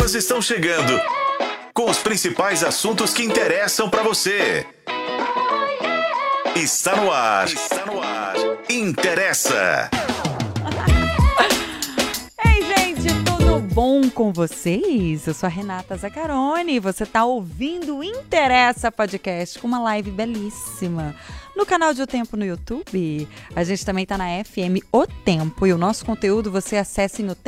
Elas estão chegando com os principais assuntos que interessam para você. Está no ar. Está no ar. Interessa. Ei, gente, tudo bom com vocês? Eu sou a Renata Zaccaroni e você está ouvindo o Interessa Podcast com uma live belíssima no canal de O Tempo no YouTube. A gente também está na FM O Tempo e o nosso conteúdo você acessa em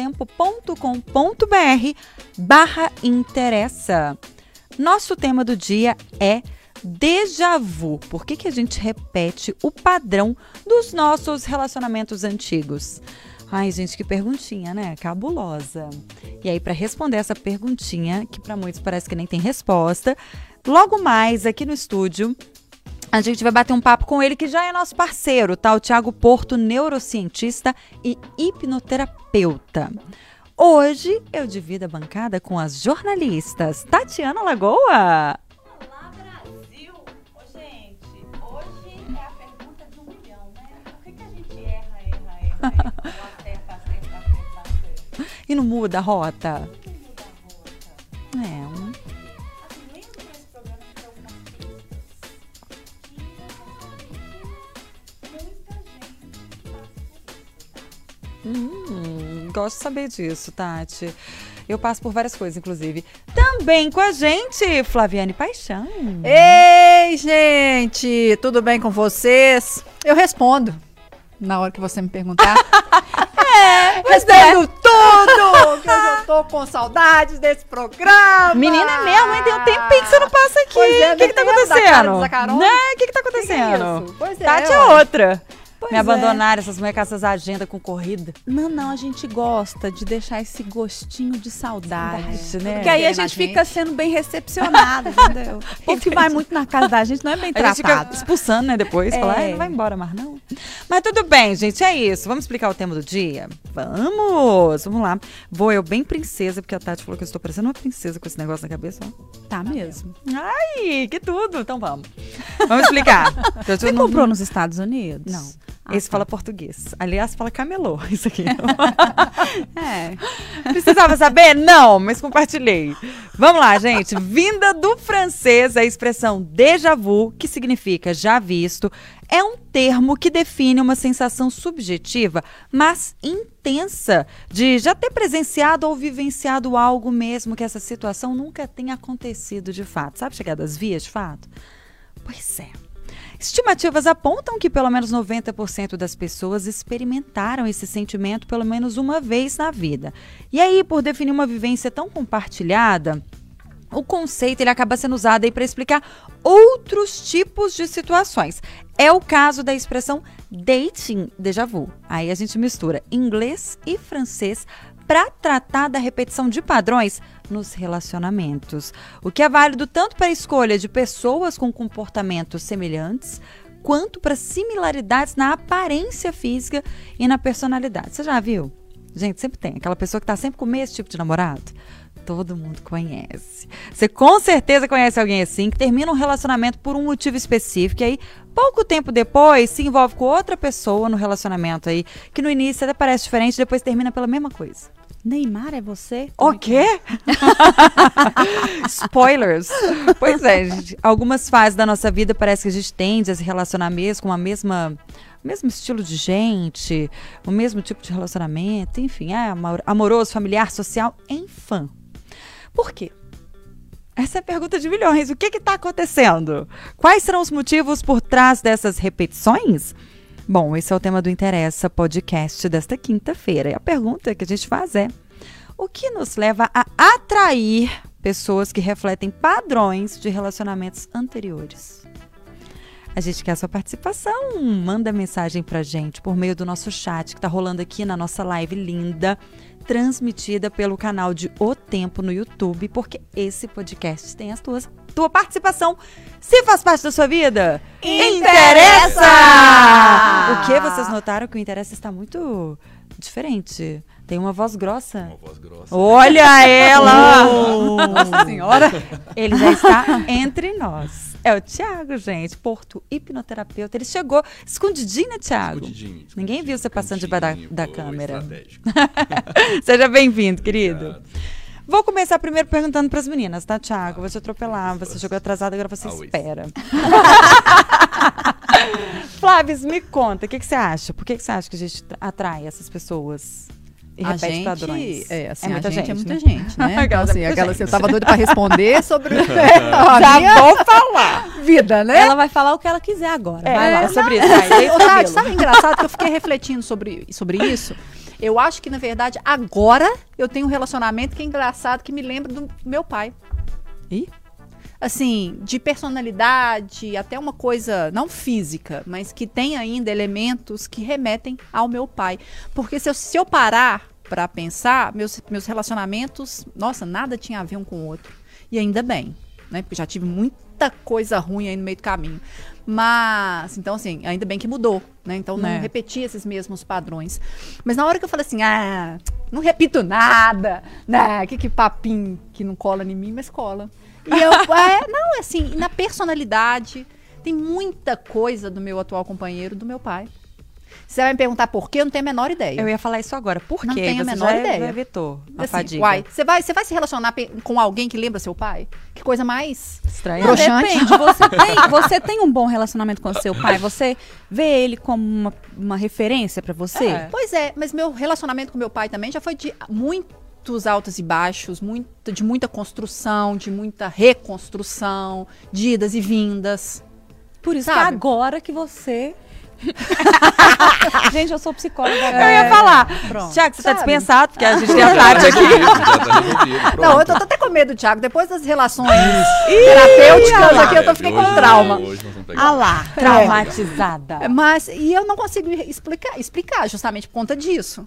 otempo.com.br/interessa. Nosso tema do dia é déjà vu. Por que a gente repete o padrão dos nossos relacionamentos antigos? Ai, gente, que perguntinha, né? Cabulosa. E aí, para responder essa perguntinha, que para muitos parece que nem tem resposta, logo mais aqui no estúdio, a gente vai bater um papo com ele, que já é nosso parceiro, tá? O Thiago Porto, neurocientista e hipnoterapeuta. Hoje, eu divido a bancada com as jornalistas Tatiana Lagoa. Olá, Brasil! Ô, gente, hoje é a pergunta de 1 milhão, né? Por que a gente erra? Acerta. E não muda a rota? Não muda a rota. É, Assim, lembro desse programa que tem algumas pistas que muita gente passa por isso, tá? Gosto de saber disso, Tati. Eu passo por várias coisas, inclusive. Também com a gente, Flaviane Paixão. Ei, gente! Tudo bem com vocês? Eu respondo na hora que você me perguntar. Respondo tudo! Que eu já tô com saudades desse programa. Menina, é mesmo, hein? Tem um tempinho que você não passa aqui. Pois é, O que tá da cara acontecendo? do Zaccaroni. Né? O que tá Que é acontecendo? isso? Pois é, Tati é ué. outra. Pois Me é. abandonaram essas mulheres com essas agendas concorridas. Não, a gente gosta de deixar esse gostinho de saudade. né? Porque aí a Querendo gente a fica sendo bem recepcionado, entendeu? O povo que vai muito na casa da gente não é bem A gente fica tratado. expulsando, né, depois. É. Falar, ai, não vai embora mais, não. Mas tudo bem, gente, é isso. Vamos explicar o tema do dia? Vamos lá. Vou eu bem princesa, porque a Tati falou que eu estou parecendo uma princesa com esse negócio na cabeça. Ó. Tá mesmo. Ai, que tudo. Então vamos. Vamos explicar. Você comprou nos Estados Unidos? Não. Ah, Esse tá. fala português. Aliás, fala camelô, isso aqui. É. Precisava saber? Não, mas compartilhei. Vamos lá, gente. Vinda do francês, a expressão déjà vu, que significa já visto, é um termo que define uma sensação subjetiva, mas intensa, de já ter presenciado ou vivenciado algo mesmo que essa situação nunca tenha acontecido de fato. Sabe chegar das vias de fato? Pois é. Estimativas apontam que pelo menos 90% das pessoas experimentaram esse sentimento pelo menos uma vez na vida. E aí, por definir uma vivência tão compartilhada, o conceito ele acaba sendo usado aí para explicar outros tipos de situações. É o caso da expressão dating déjà vu. Aí a gente mistura inglês e francês para tratar da repetição de padrões nos relacionamentos. O que é válido tanto para a escolha de pessoas com comportamentos semelhantes, quanto para similaridades na aparência física e na personalidade. Você já viu? Gente, sempre tem. Aquela pessoa que está sempre com o mesmo tipo de namorado. Todo mundo conhece. Você com certeza conhece alguém assim, que termina um relacionamento por um motivo específico, e aí, pouco tempo depois, se envolve com outra pessoa no relacionamento aí, que no início até parece diferente, depois termina pela mesma coisa. Neymar é você? O quê? Spoilers. Pois é, gente. Algumas fases da nossa vida parece que a gente tende a se relacionar mesmo com o mesmo estilo de gente, o mesmo tipo de relacionamento, enfim, amoroso, familiar, social, enfim. Por quê? Essa é a pergunta de milhões. O que está acontecendo? Quais serão os motivos por trás dessas repetições? Bom, esse é o tema do Interessa Podcast desta quinta-feira. E a pergunta que a gente faz é: o que nos leva a atrair pessoas que refletem padrões de relacionamentos anteriores? A gente quer a sua participação. Manda mensagem pra gente por meio do nosso chat que tá rolando aqui na nossa live linda, transmitida pelo canal de O Tempo no YouTube, porque esse podcast tem tua participação. Se faz parte da sua vida, interessa! O que vocês notaram que o Interessa está muito diferente? Tem uma voz grossa. Uma voz grossa. Olha ela! Nossa senhora! Ele já está entre nós. É o Thiago, gente, Porto, hipnoterapeuta. Ele chegou escondidinho, né, Thiago? Escondidinho. Ninguém viu você passando debaixo da câmera. Estratégico. Seja bem-vindo, querido. Obrigado. Vou começar primeiro perguntando pras meninas, tá, Thiago? Vou te atropelar. Você chegou atrasado, agora você espera. Flávio, me conta, o que você acha? Por que você acha que a gente atrai essas pessoas e repete padrões? Muita gente, é muita né? gente, né? Então, assim, eu tava doida pra responder sobre Já vou falar. vida, né? Ela vai falar o que ela quiser agora. Vai lá. sobre isso. Ô, Tati, sabe o engraçado que eu fiquei refletindo sobre isso? Eu acho que, na verdade, agora eu tenho um relacionamento que é engraçado, que me lembra do meu pai. Ih? Assim, de personalidade, até uma coisa não física, mas que tem ainda elementos que remetem ao meu pai. Porque se eu parar pra pensar, meus relacionamentos, nossa, nada tinha a ver um com o outro. E ainda bem, né? Porque já tive muita coisa ruim aí no meio do caminho. Mas, então assim, ainda bem que mudou, né? Então não repeti esses mesmos padrões. Mas na hora que eu falei assim, não repito nada, né? Que papinho que não cola em mim, mas cola. E eu, não, assim, na personalidade, tem muita coisa do meu atual companheiro, do meu pai. Você vai me perguntar por quê? Eu não tenho a menor ideia. Eu ia falar isso agora. Por quê? Não tenho a Você menor já ideia. já evitou a Assim, fadiga. você vai se relacionar com alguém que lembra seu pai? Que coisa mais Estranho. Não, broxante. depende. Você tem um bom relacionamento com o seu pai? Você vê ele como uma referência pra você? Pois é, mas meu relacionamento com meu pai também já foi de muitos altos e baixos, de muita construção, de muita reconstrução, de idas e vindas. Por isso Sabe? que agora que você... Gente, eu sou psicóloga. Eu ia falar. Pronto. Tiago, você tá Sabe? dispensado, porque a gente tem a Tati aqui. Já tá resolvido. Não, eu tô até com medo, Thiago. Depois das relações terapêuticas aqui, eu fiquei com trauma. Hoje nós vamos pegar. Ah lá. Traumatizada. Mas, e eu não consigo explicar justamente por conta disso.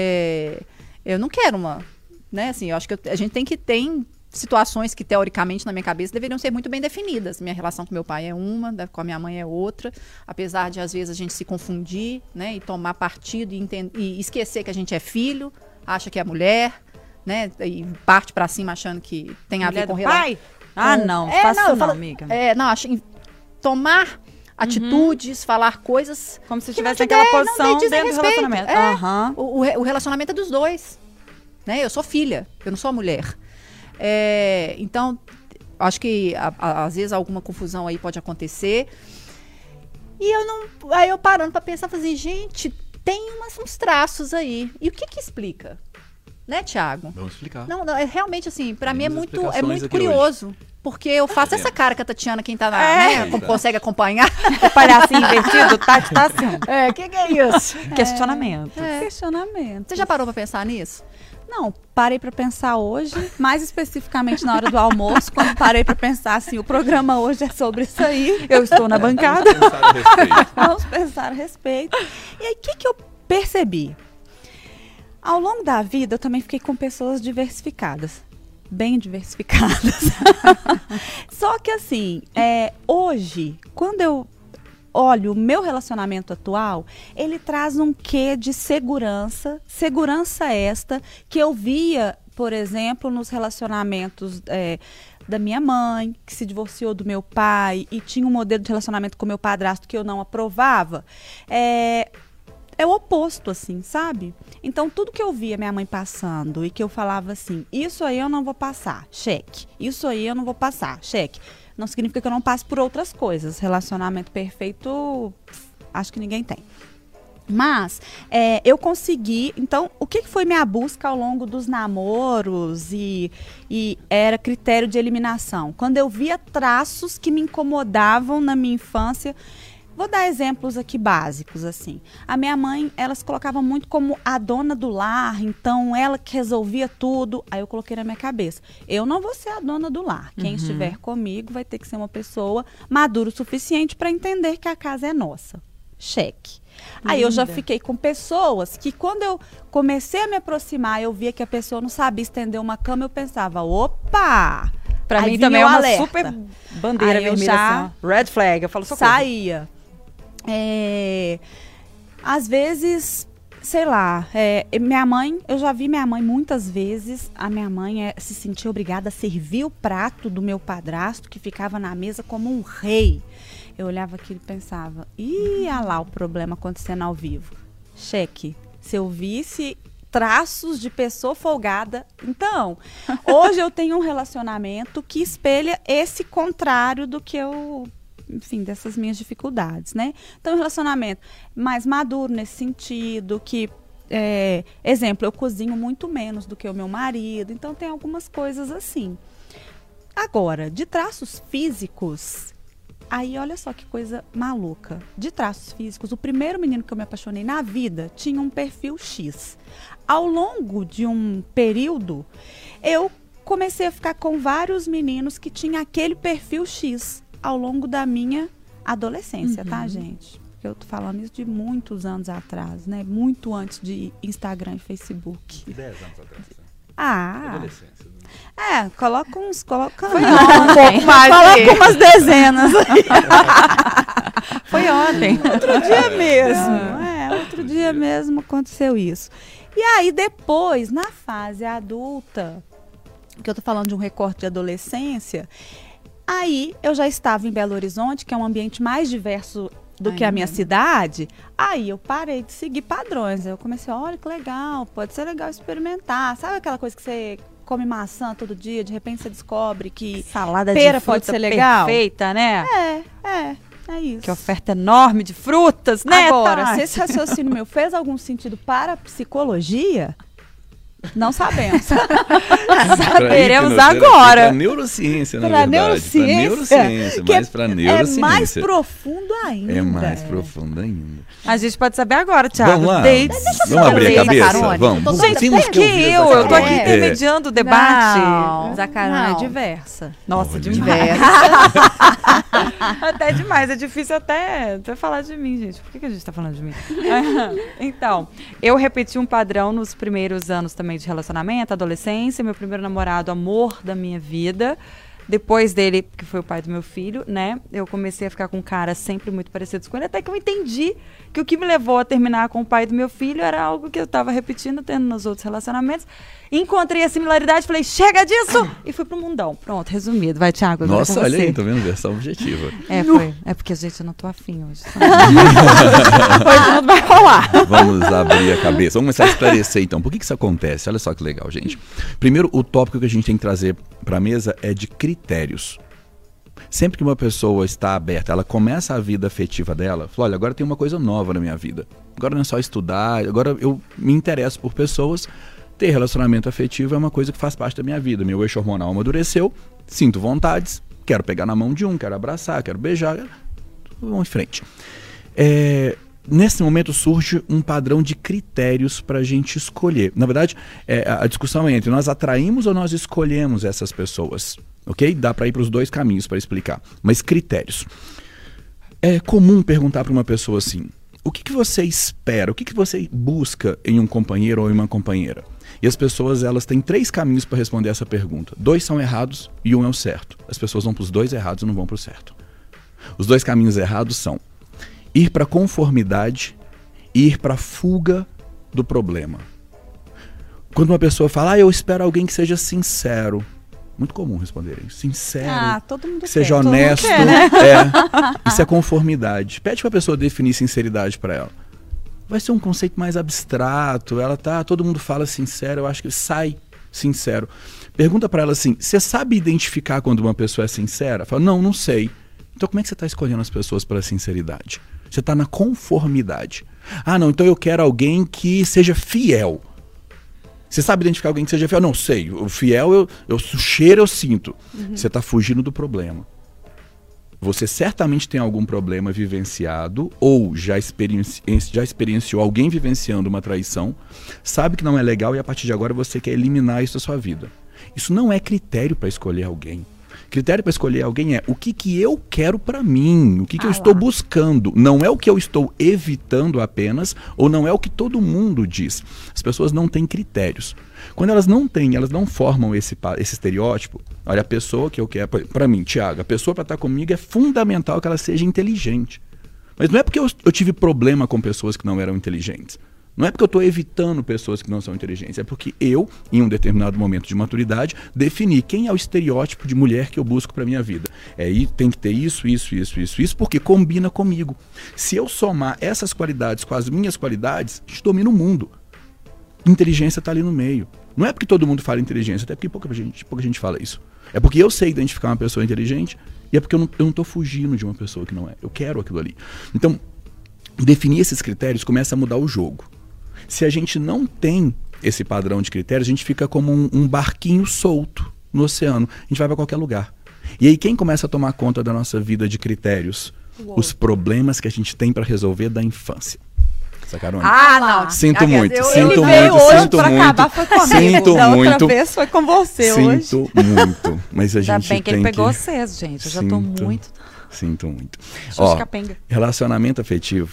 Eu não quero né, assim, eu acho que a gente tem que ter situações que, teoricamente, na minha cabeça, deveriam ser muito bem definidas. Minha relação com meu pai é uma, com a minha mãe é outra. Apesar de, às vezes, a gente se confundir, né, e tomar partido e esquecer que a gente é filho, acha que é mulher, né, e parte pra cima achando que tem a ver com relação. pai? Ah, não. Faça isso não, amiga. Não, acho tomar atitudes, falar coisas Como se que não estivesse te naquela não posição dizem dentro do respeito. relacionamento. É. Aham. O relacionamento é dos dois. Né? Eu sou filha, eu não sou mulher. Então, acho que às vezes alguma confusão aí pode acontecer. E aí eu parando pra pensar, assim, gente, tem uns traços aí. E o que explica? Né, Thiago? Vamos explicar. Não, realmente, assim, pra mim é Muitas muito explicações aqui curioso. Porque eu faço essa cara que a Tatiana, quem tá consegue acompanhar. O palhacinho invertido, Tati tá assim. Que é isso? Questionamento. Questionamento. Você já parou pra pensar nisso? Não, parei pra pensar hoje, mais especificamente na hora do almoço, quando parei pra pensar assim, o programa hoje é sobre isso aí. Eu estou na bancada. Pensar a respeito. Vamos pensar a respeito. E aí, o que eu percebi? Ao longo da vida, eu também fiquei com pessoas diversificadas. Bem diversificadas. Só que assim, hoje, quando eu olho o meu relacionamento atual, ele traz um quê de segurança. Segurança esta que eu via, por exemplo, nos relacionamentos da minha mãe, que se divorciou do meu pai e tinha um modelo de relacionamento com meu padrasto que eu não aprovava. É o oposto, assim, sabe? Então, tudo que eu via minha mãe passando e que eu falava assim, isso aí eu não vou passar, cheque. Isso aí eu não vou passar, cheque. Não significa que eu não passe por outras coisas. Relacionamento perfeito, acho que ninguém tem. Mas, eu consegui... Então, o que foi minha busca ao longo dos namoros e era critério de eliminação? Quando eu via traços que me incomodavam na minha infância... Vou dar exemplos aqui básicos, assim. A minha mãe, ela se colocava muito como a dona do lar, então ela que resolvia tudo. Aí eu coloquei na minha cabeça, eu não vou ser a dona do lar. Quem estiver comigo vai ter que ser uma pessoa madura o suficiente para entender que a casa é nossa. Cheque. Aí eu já fiquei com pessoas que quando eu comecei a me aproximar, eu via que a pessoa não sabia estender uma cama, eu pensava, opa! Pra Aí mim vinha também é o uma alerta. super bandeira Aí eu vermelha, já assim, ó. Red flag. Eu falo, socorro. Saía. Às vezes, sei lá, minha mãe, eu já vi minha mãe muitas vezes, a minha mãe se sentia obrigada a servir o prato do meu padrasto, que ficava na mesa como um rei. Eu olhava aquilo e pensava, olha lá o problema acontecendo ao vivo. Cheque, se eu visse traços de pessoa folgada. Então, hoje eu tenho um relacionamento que espelha esse contrário do que eu, enfim, dessas minhas dificuldades, né? Então, um relacionamento mais maduro nesse sentido, que, exemplo, eu cozinho muito menos do que o meu marido, então tem algumas coisas assim. Agora, de traços físicos, aí olha só que coisa maluca. De traços físicos, o primeiro menino que eu me apaixonei na vida tinha um perfil X. Ao longo de um período, eu comecei a ficar com vários meninos que tinham aquele perfil X ao longo da minha adolescência, tá, gente? Porque eu tô falando isso de muitos anos atrás, né? Muito antes de Instagram e Facebook. 10 anos atrás. Ah, Adolescência. coloca uns... Coloca Um pouco mais. Coloca umas dezenas. Foi ontem. Outro dia mesmo. Outro dia mesmo aconteceu isso. E aí depois, na fase adulta, que eu tô falando de um recorte de adolescência, aí eu já estava em Belo Horizonte, que é um ambiente mais diverso do que a minha cidade. Aí eu parei de seguir padrões. Eu comecei, olha que legal, pode ser legal experimentar. Sabe aquela coisa que você come maçã todo dia, de repente você descobre que Salada pera de fruta pode ser legal? perfeita, né? É isso. Que oferta enorme de frutas, né? Agora, Tati? se esse raciocínio meu fez algum sentido para a psicologia, não sabemos. Saberemos Para agora. Para neurociência, na Pra verdade. neurociência, Para neurociência, que mais para neurociência. É mais profundo ainda. É mais profundo ainda. A gente pode saber agora, Thiago. Vamos lá. Dates. Vamos abrir a Dates. cabeça? Zacarone. Vamos. Gente, Temos por que que ouvir a eu? Eu tô aqui Zacarone. intermediando o debate. Não. Zacarone é Não. diversa. Nossa, Olha. demais. Até demais. É difícil até falar de mim, gente. Por que a gente tá falando de mim? Então, eu repeti um padrão nos primeiros anos também de relacionamento, adolescência. Meu primeiro namorado, amor da minha vida. Depois dele, que foi o pai do meu filho, né? Eu comecei a ficar com caras sempre muito parecidos com ele, até que eu entendi que o que me levou a terminar com o pai do meu filho era algo que eu tava repetindo, tendo nos outros relacionamentos. Encontrei a similaridade, falei, chega disso! E fui pro mundão. Pronto, resumido. Vai, Thiago, agora Nossa, com olha você. aí, tá vendo? Versão objetiva. Foi. É porque, gente, eu não tô afim hoje. Hoje não vai rolar. Vamos abrir a cabeça. Vamos começar a esclarecer, então. Por que isso acontece? Olha só que legal, gente. Primeiro, o tópico que a gente tem que trazer para a mesa é de critérios. Sempre que uma pessoa está aberta, ela começa a vida afetiva dela, fala, olha, agora tem uma coisa nova na minha vida. Agora não é só estudar, agora eu me interesso por pessoas. Ter relacionamento afetivo é uma coisa que faz parte da minha vida. Meu eixo hormonal amadureceu, sinto vontades, quero pegar na mão de um, quero abraçar, quero beijar. Vamos em frente. Nesse momento surge um padrão de critérios para a gente escolher. Na verdade, a discussão é entre nós atraímos ou nós escolhemos essas pessoas. Ok? Dá para ir para os dois caminhos para explicar. Mas critérios. É comum perguntar para uma pessoa assim, o que você espera, o que você busca em um companheiro ou em uma companheira? E as pessoas, elas têm 3 caminhos para responder essa pergunta. 2 são errados e 1 é o certo. As pessoas vão para os 2 errados e não vão para o certo. Os 2 caminhos errados são ir para conformidade e ir para fuga do problema. Quando uma pessoa fala, eu espero alguém que seja sincero. Muito comum responder isso. Sincero, Todo mundo que seja quer. Todo mundo honesto. quer, né? Isso é conformidade. Pede para a pessoa definir sinceridade para ela. Vai ser um conceito mais abstrato. Todo mundo fala sincero, eu acho que sai sincero. Pergunta para ela assim, você sabe identificar quando uma pessoa é sincera? Fala, não sei. Então como é que você está escolhendo as pessoas para sinceridade? Você está na conformidade. Não, então eu quero alguém que seja fiel. Você sabe identificar alguém que seja fiel? Não sei. O fiel, o cheiro eu sinto. Você está fugindo do problema. Você certamente tem algum problema vivenciado ou já experienciou alguém vivenciando uma traição, sabe que não é legal e a partir de agora você quer eliminar isso da sua vida. Isso não é critério para escolher alguém. Critério para escolher alguém é o que eu quero para mim, o que eu estou buscando. Não é o que eu estou evitando apenas, ou não é o que todo mundo diz. As pessoas não têm critérios. Quando elas não têm, elas não formam esse estereótipo. Olha, a pessoa que eu quero, para mim, Thiago, a pessoa para estar comigo é fundamental que ela seja inteligente. Mas não é porque eu tive problema com pessoas que não eram inteligentes. Não é porque eu estou evitando pessoas que não são inteligentes, é porque eu, em um determinado momento de maturidade, defini quem é o estereótipo de mulher que eu busco para minha vida. Tem que ter isso, porque combina comigo. Se eu somar essas qualidades com as minhas qualidades, a gente domina o mundo. Inteligência está ali no meio. Não é porque todo mundo fala inteligência, até porque pouca gente fala isso. É porque eu sei identificar uma pessoa inteligente e é porque eu não estou fugindo de uma pessoa que não é. Eu quero aquilo ali. Então, definir esses critérios começa a mudar o jogo. Se a gente não tem esse padrão de critérios, a gente fica como um barquinho solto no oceano. A gente vai para qualquer lugar. E aí quem começa a tomar conta da nossa vida de critérios? Os problemas que a gente tem para resolver da infância. Sacarone? Ah, não. Sinto muito, Ele sinto veio muito, hoje sinto pra muito. acabar foi comigo. Sinto Da muito. outra vez foi com você hoje. Sinto muito. Mas a Ainda gente bem que ele tem pegou vocês, gente. Eu já tô Sinto. muito... Sinto muito. Xuxa capenga. Relacionamento afetivo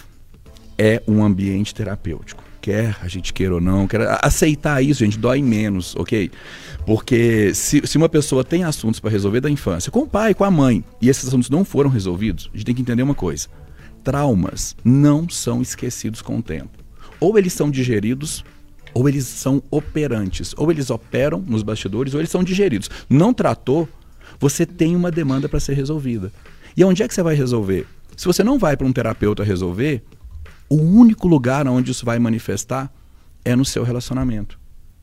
é um ambiente terapêutico. Quer a gente queira ou não, aceitar isso, gente, dói menos, ok? Porque se uma pessoa tem assuntos para resolver da infância, com o pai, com a mãe, e esses assuntos não foram resolvidos, a gente tem que entender uma coisa. Traumas não são esquecidos com o tempo. Ou eles são digeridos, ou eles são operantes. Ou eles operam nos bastidores, ou eles são digeridos. Não tratou, você tem uma demanda para ser resolvida. E onde é que você vai resolver? Se você não vai para um terapeuta resolver, o único lugar onde isso vai manifestar é no seu relacionamento.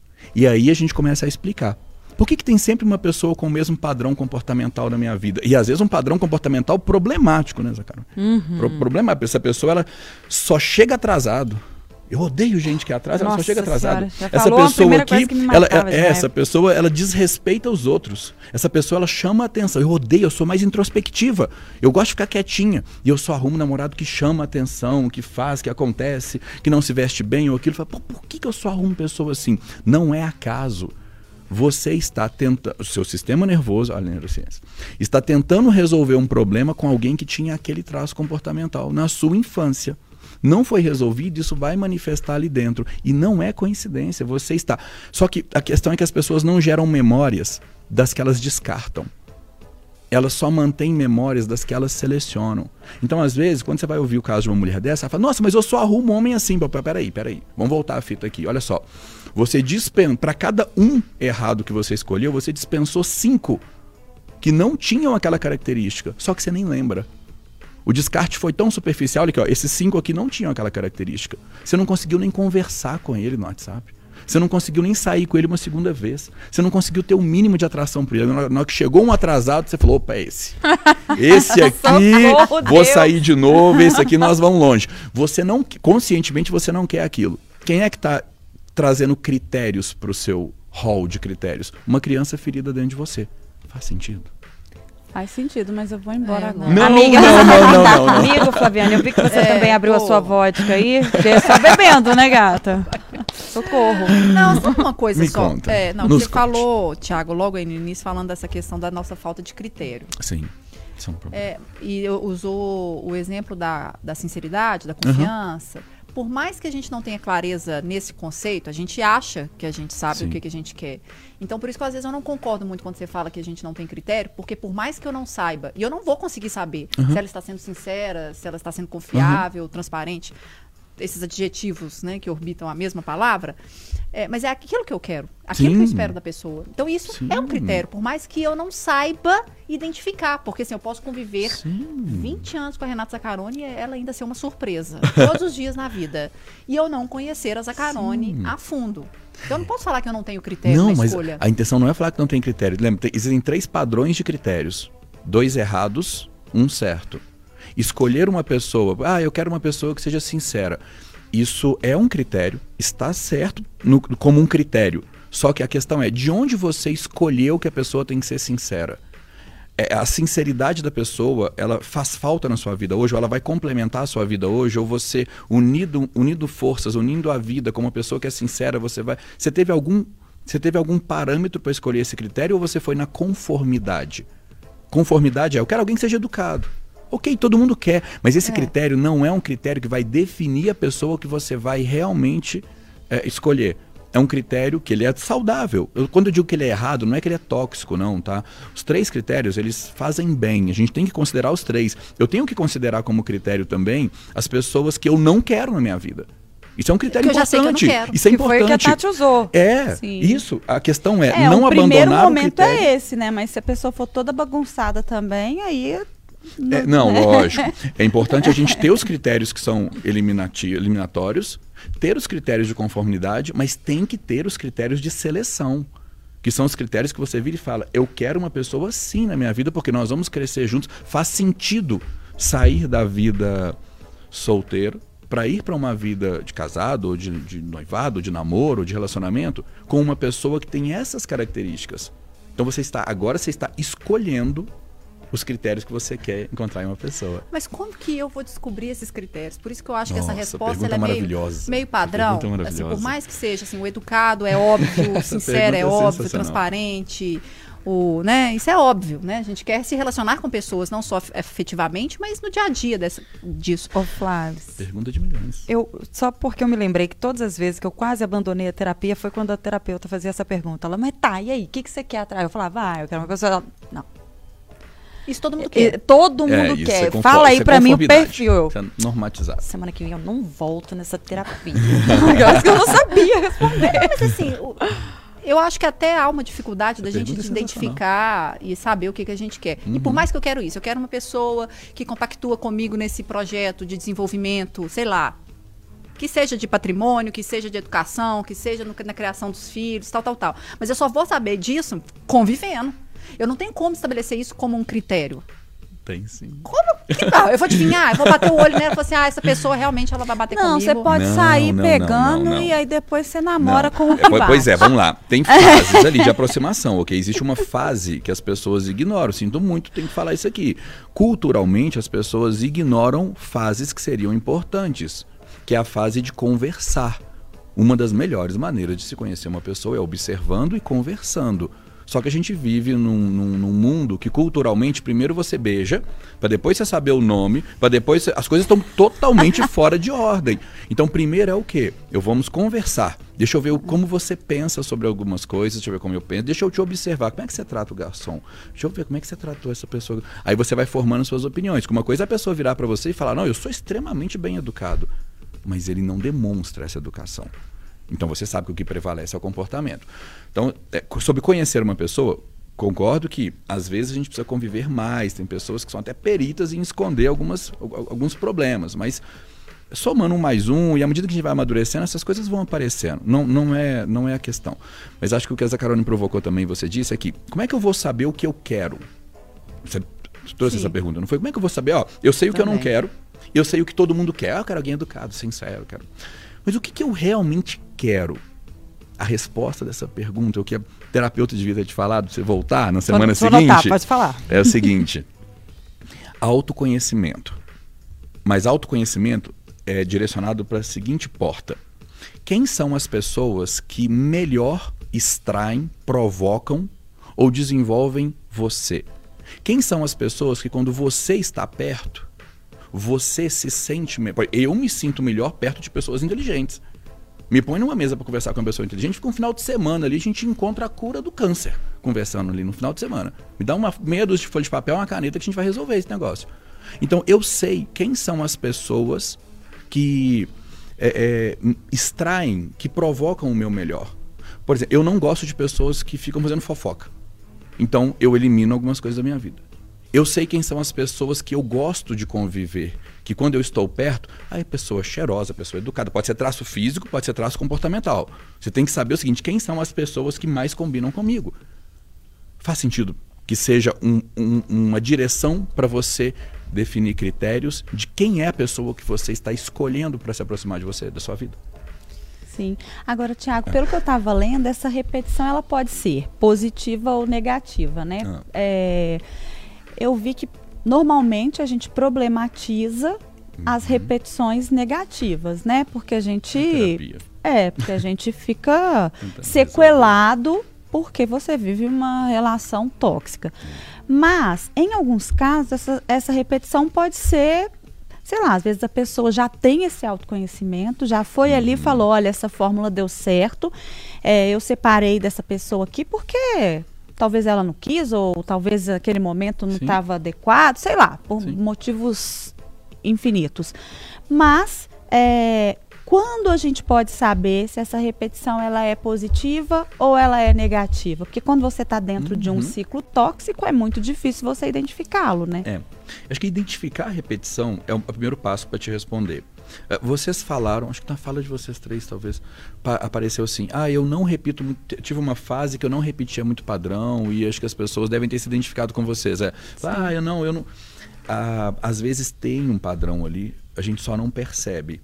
E aí a gente começa a explicar. Por que tem sempre uma pessoa com o mesmo padrão comportamental na minha vida? E às vezes um padrão comportamental problemático, né, Zacara? Problemático. Essa pessoa, ela só chega atrasado. Eu odeio gente que atrasa, ela só Nossa chega atrasada. Senhora, já Essa falou a pessoa primeira aqui, coisa que me matava de essa raiva. pessoa, ela desrespeita os outros. Essa pessoa, ela chama a atenção. Eu odeio, eu sou mais introspectiva. Eu gosto de ficar quietinha. E eu só arrumo um namorado que chama a atenção, que faz, que acontece, que não se veste bem ou aquilo. Por que eu só arrumo pessoa assim? Não é acaso. Você está tentando, o seu sistema nervoso, olha a neurociência, está tentando resolver um problema com alguém que tinha aquele traço comportamental na sua infância. Não foi resolvido, isso vai manifestar ali dentro. E não é coincidência, você está... Só que a questão é que as pessoas não geram memórias das que elas descartam. Elas só mantêm memórias das que elas selecionam. Então, às vezes, quando você vai ouvir o caso de uma mulher dessa, ela fala, nossa, mas eu só arrumo homem assim. Peraí. Vamos voltar a fita aqui. Olha só. Você para cada um errado que você escolheu, você dispensou 5 que não tinham aquela característica. Só que você nem lembra. O descarte foi tão superficial que esses 5 aqui não tinham aquela característica. Você não conseguiu nem conversar com ele no WhatsApp. Você não conseguiu nem sair com ele uma segunda vez. Você não conseguiu ter o mínimo de atração por ele. Na hora que chegou um atrasado, você falou, opa, é esse. Esse aqui, vou sair de novo, esse aqui nós vamos longe. Você não, conscientemente você não quer aquilo. Quem é que está trazendo critérios para o seu hall de critérios? Uma criança ferida dentro de você. Faz sentido? Faz sentido, mas eu vou embora agora. Não, Amiga, não. Amigo, Flaviana, eu vi que você também abriu a sua vodka aí. Você é só bebendo, né, gata? Socorro. Não, só uma coisa Me só. conta. Você falou, Thiago, logo aí no início, falando dessa questão da nossa falta de critério. Sim, isso é um problema. E usou o exemplo da sinceridade, da confiança. Por mais que a gente não tenha clareza nesse conceito, a gente acha que a gente sabe Sim. o que a gente quer. Então, por isso que às vezes eu não concordo muito quando você fala que a gente não tem critério, porque por mais que eu não saiba, e eu não vou conseguir saber se ela está sendo sincera, se ela está sendo confiável, transparente, esses adjetivos, né, que orbitam a mesma palavra, mas é aquilo que eu quero, aquilo Sim. que eu espero da pessoa. Então isso Sim. é um critério, por mais que eu não saiba identificar, porque assim, eu posso conviver Sim. 20 anos com a Renata Zaccaroni e ela ainda ser uma surpresa, todos os dias na vida, e eu não conhecer a Zaccaroni a fundo. Então eu não posso falar que eu não tenho critério Não, na mas escolha. a intenção não é falar que não tem critério. Lembra, existem 3 padrões de critérios. 2 errados, 1 certo. Escolher uma pessoa, eu quero uma pessoa que seja sincera. Isso é um critério, está certo como um critério. Só que a questão é, de onde você escolheu que a pessoa tem que ser sincera? A sinceridade da pessoa, ela faz falta na sua vida hoje, ou ela vai complementar a sua vida hoje, ou você, unindo forças, unindo a vida como uma pessoa que é sincera, você teve algum parâmetro para escolher esse critério, ou você foi na conformidade? Conformidade eu quero alguém que seja educado. Ok, todo mundo quer, mas esse critério não é um critério que vai definir a pessoa que você vai realmente escolher. É um critério que ele é saudável. Quando eu digo que ele é errado, não é que ele é tóxico, não, tá? Os 3 critérios, eles fazem bem. A gente tem que considerar os 3. Eu tenho que considerar como critério também as pessoas que eu não quero na minha vida. Isso é um critério Que eu já sei que eu não importante. quero. Isso é Que importante. foi o que a Tati usou. Sim. Isso. A questão não o primeiro abandonar o momento critério. é esse, né? Mas se a pessoa for toda bagunçada também, aí... Não, lógico. É importante a gente ter os critérios que são eliminatórios ter os critérios de conformidade, mas tem que ter os critérios de seleção, que são os critérios que você vira e fala, eu quero uma pessoa assim na minha vida, porque nós vamos crescer juntos. Faz sentido sair da vida solteiro para ir para uma vida de casado, ou de noivado, de namoro, ou de relacionamento, com uma pessoa que tem essas características. Então agora você está escolhendo os critérios que você quer encontrar em uma pessoa. Mas como que eu vou descobrir esses critérios? Por isso que eu acho que essa Nossa, resposta ela é maravilhosa. meio padrão. Pergunta Assim, maravilhosa. por mais que seja assim, o educado é óbvio, o sincero é pergunta é óbvio, sensacional. transparente, né? Isso é óbvio, né? A gente quer se relacionar com pessoas, não só efetivamente, mas no dia a dia disso. Ô, Flávio, Pergunta de milhões. só porque eu me lembrei que todas as vezes que eu quase abandonei a terapia foi quando a terapeuta fazia essa pergunta. Ela, mas tá, e aí, o que você quer atrás? Eu falava, eu quero uma pessoa... Ela, não. Isso todo mundo quer. Todo mundo isso quer. é Fala aí pra mim o conformidade. perfil. Isso é normatizado. Semana que vem eu não volto nessa terapia. Aquelas que eu não sabia responder. Mas assim, eu acho que até há uma dificuldade da Essa gente pergunta é identificar e saber o que a gente quer. E por mais que eu quero isso, eu quero uma pessoa que compactua comigo nesse projeto de desenvolvimento, sei lá, que seja de patrimônio, que seja de educação, que seja na criação dos filhos, tal. Mas eu só vou saber disso convivendo. Eu não tenho como estabelecer isso como um critério. Tem sim. Como que não? Eu vou adivinhar, eu vou bater o olho nela e falar assim, essa pessoa realmente ela vai bater Não, comigo. você pode Não, sair não, pegando não. e aí depois você namora Não. com o que Pois é, bate. vamos lá. Tem fases ali de aproximação, ok? Existe uma fase que as pessoas ignoram. Sinto muito, tem que falar isso aqui. Culturalmente, as pessoas ignoram fases que seriam importantes, que é a fase de conversar. Uma das melhores maneiras de se conhecer uma pessoa é observando e conversando. Só que a gente vive num mundo que culturalmente primeiro você beija, para depois você saber o nome, para depois as coisas estão totalmente fora de ordem. Então primeiro é o quê? Vamos conversar. Deixa eu ver como você pensa sobre algumas coisas, deixa eu ver como eu penso, deixa eu te observar. Como é que você trata o garçom? Deixa eu ver como é que você tratou essa pessoa. Aí você vai formando suas opiniões. Uma coisa é a pessoa virar para você e falar, não, eu sou extremamente bem educado, mas ele não demonstra essa educação. Então você sabe que o que prevalece é o comportamento. Então, sobre conhecer uma pessoa, concordo que às vezes a gente precisa conviver mais. Tem pessoas que são até peritas em esconder alguns problemas, mas somando 1 mais 1, e à medida que a gente vai amadurecendo, essas coisas vão aparecendo. Não é a questão. Mas acho que o que a Zacarone provocou também, você disse, é que como é que eu vou saber o que eu quero? Você trouxe essa pergunta, não foi? Como é que eu vou saber? Eu sei o que eu não quero, eu sei o que todo mundo quer. Eu quero alguém educado, sincero, quero... Mas o que eu realmente quero? A resposta dessa pergunta, o que a terapeuta devia ter te falado, você voltar na semana seguinte, Anotar, pode falar. é o seguinte, autoconhecimento. Mas autoconhecimento é direcionado para a seguinte porta. Quem são as pessoas que melhor extraem, provocam ou desenvolvem você? Quem são as pessoas que quando você está perto, você se sente... Eu me sinto melhor perto de pessoas inteligentes. Me põe numa mesa para conversar com uma pessoa inteligente, fica um final de semana ali, a gente encontra a cura do câncer, conversando ali no final de semana. Me dá uma meia dúzia de folha de papel, uma caneta que a gente vai resolver esse negócio. Então, eu sei quem são as pessoas que extraem, que provocam o meu melhor. Por exemplo, eu não gosto de pessoas que ficam fazendo fofoca. Então, eu elimino algumas coisas da minha vida. Eu sei quem são as pessoas que eu gosto de conviver, que quando eu estou perto, aí pessoa cheirosa, pessoa educada, pode ser traço físico, pode ser traço comportamental. Você tem que saber o seguinte, quem são as pessoas que mais combinam comigo? Faz sentido que seja uma direção para você definir critérios de quem é a pessoa que você está escolhendo para se aproximar de você, da sua vida. Sim. Agora, Tiago, pelo que eu estava lendo, essa repetição ela pode ser positiva ou negativa, né? Eu vi que normalmente a gente problematiza as repetições negativas, né? Porque a gente porque a gente fica sequelado porque você vive uma relação tóxica. Mas em alguns casos essa repetição pode ser, sei lá, às vezes a pessoa já tem esse autoconhecimento, já foi ali e falou, olha, essa fórmula deu certo, eu separei dessa pessoa aqui porque talvez ela não quis, ou talvez aquele momento não estava adequado, sei lá, por motivos infinitos. Mas, quando a gente pode saber se essa repetição ela é positiva ou ela é negativa? Porque quando você está dentro de um ciclo tóxico, é muito difícil você identificá-lo, né? Acho que identificar a repetição é o primeiro passo para te responder. Vocês falaram, acho que na fala de vocês três talvez, apareceu assim, eu não repito muito, tive uma fase que eu não repetia muito padrão e acho que as pessoas devem ter se identificado com vocês. Eu não... às vezes tem um padrão ali, a gente só não percebe.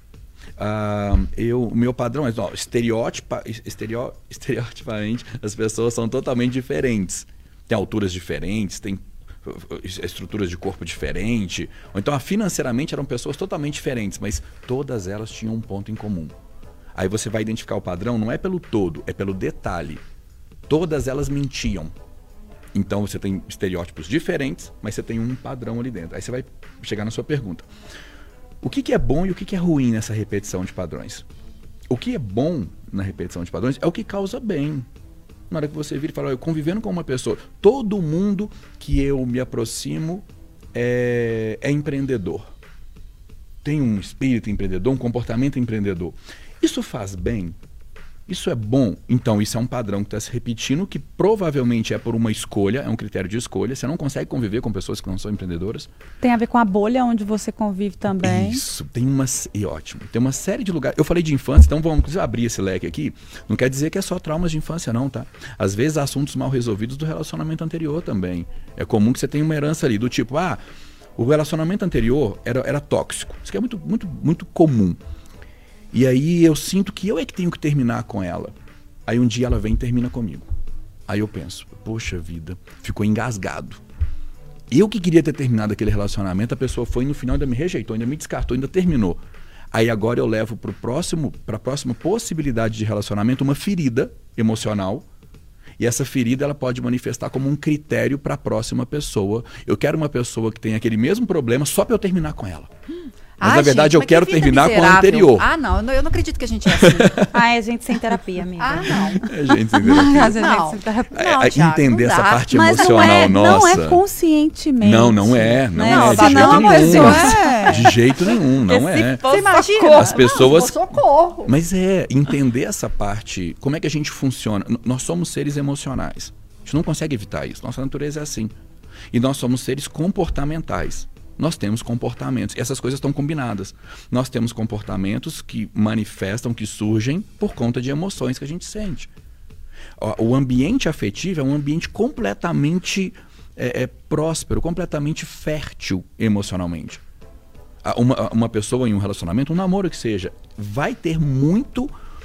O meu padrão é, estereotipamente, as pessoas são totalmente diferentes. Tem alturas diferentes, tem estruturas de corpo diferentes, ou então financeiramente eram pessoas totalmente diferentes, mas todas elas tinham um ponto em comum. Aí você vai identificar o padrão, não é pelo todo, é pelo detalhe. Todas elas mentiam. Então você tem estereótipos diferentes, mas você tem um padrão ali dentro. Aí você vai chegar na sua pergunta. O que é bom e o que é ruim nessa repetição de padrões? O que é bom na repetição de padrões é o que causa bem. Na hora que você vira e fala, eu convivendo com uma pessoa, todo mundo que eu me aproximo é empreendedor. Tem um espírito empreendedor, um comportamento empreendedor. Isso faz bem? Isso é bom? Então isso é um padrão que está se repetindo, que provavelmente é por uma escolha, é um critério de escolha. Você não consegue conviver com pessoas que não são empreendedoras. Tem a ver com a bolha onde você convive também. Isso, ótimo. Tem uma série de lugares. Eu falei de infância, então vamos abrir esse leque aqui. Não quer dizer que é só traumas de infância não, tá? Às vezes assuntos mal resolvidos do relacionamento anterior também. É comum que você tenha uma herança ali do tipo, o relacionamento anterior era tóxico. Isso que é muito, muito, muito comum. E aí eu sinto que eu é que tenho que terminar com ela. Aí um dia ela vem e termina comigo. Aí eu penso, poxa vida, ficou engasgado. Eu que queria ter terminado aquele relacionamento, a pessoa foi e no final ainda me rejeitou, ainda me descartou, ainda terminou. Aí agora eu levo para a próxima possibilidade de relacionamento uma ferida emocional. E essa ferida ela pode manifestar como um critério para a próxima pessoa. Eu quero uma pessoa que tenha aquele mesmo problema só para eu terminar com ela. Mas na verdade eu quero terminar com a anterior. Eu não acredito que a gente é assim. É gente sem terapia, amiga. Não. É gente sem terapia. Não. Thiago, entender não essa dá. parte Mas emocional nossa. Não é conscientemente. Não é. De pessoa jeito nenhum. De jeito nenhum, não é. Você imagina? As pessoas... Socorro. Mas entender essa parte, como é que a gente funciona. Nós somos seres emocionais. A gente não consegue evitar isso. Nossa natureza é assim. E nós somos seres comportamentais. Nós temos comportamentos, e essas coisas estão combinadas. Nós temos comportamentos que manifestam, que surgem por conta de emoções que a gente sente. O ambiente afetivo é um ambiente completamente próspero, completamente fértil emocionalmente. Uma pessoa em um relacionamento, um namoro que seja, vai ter muita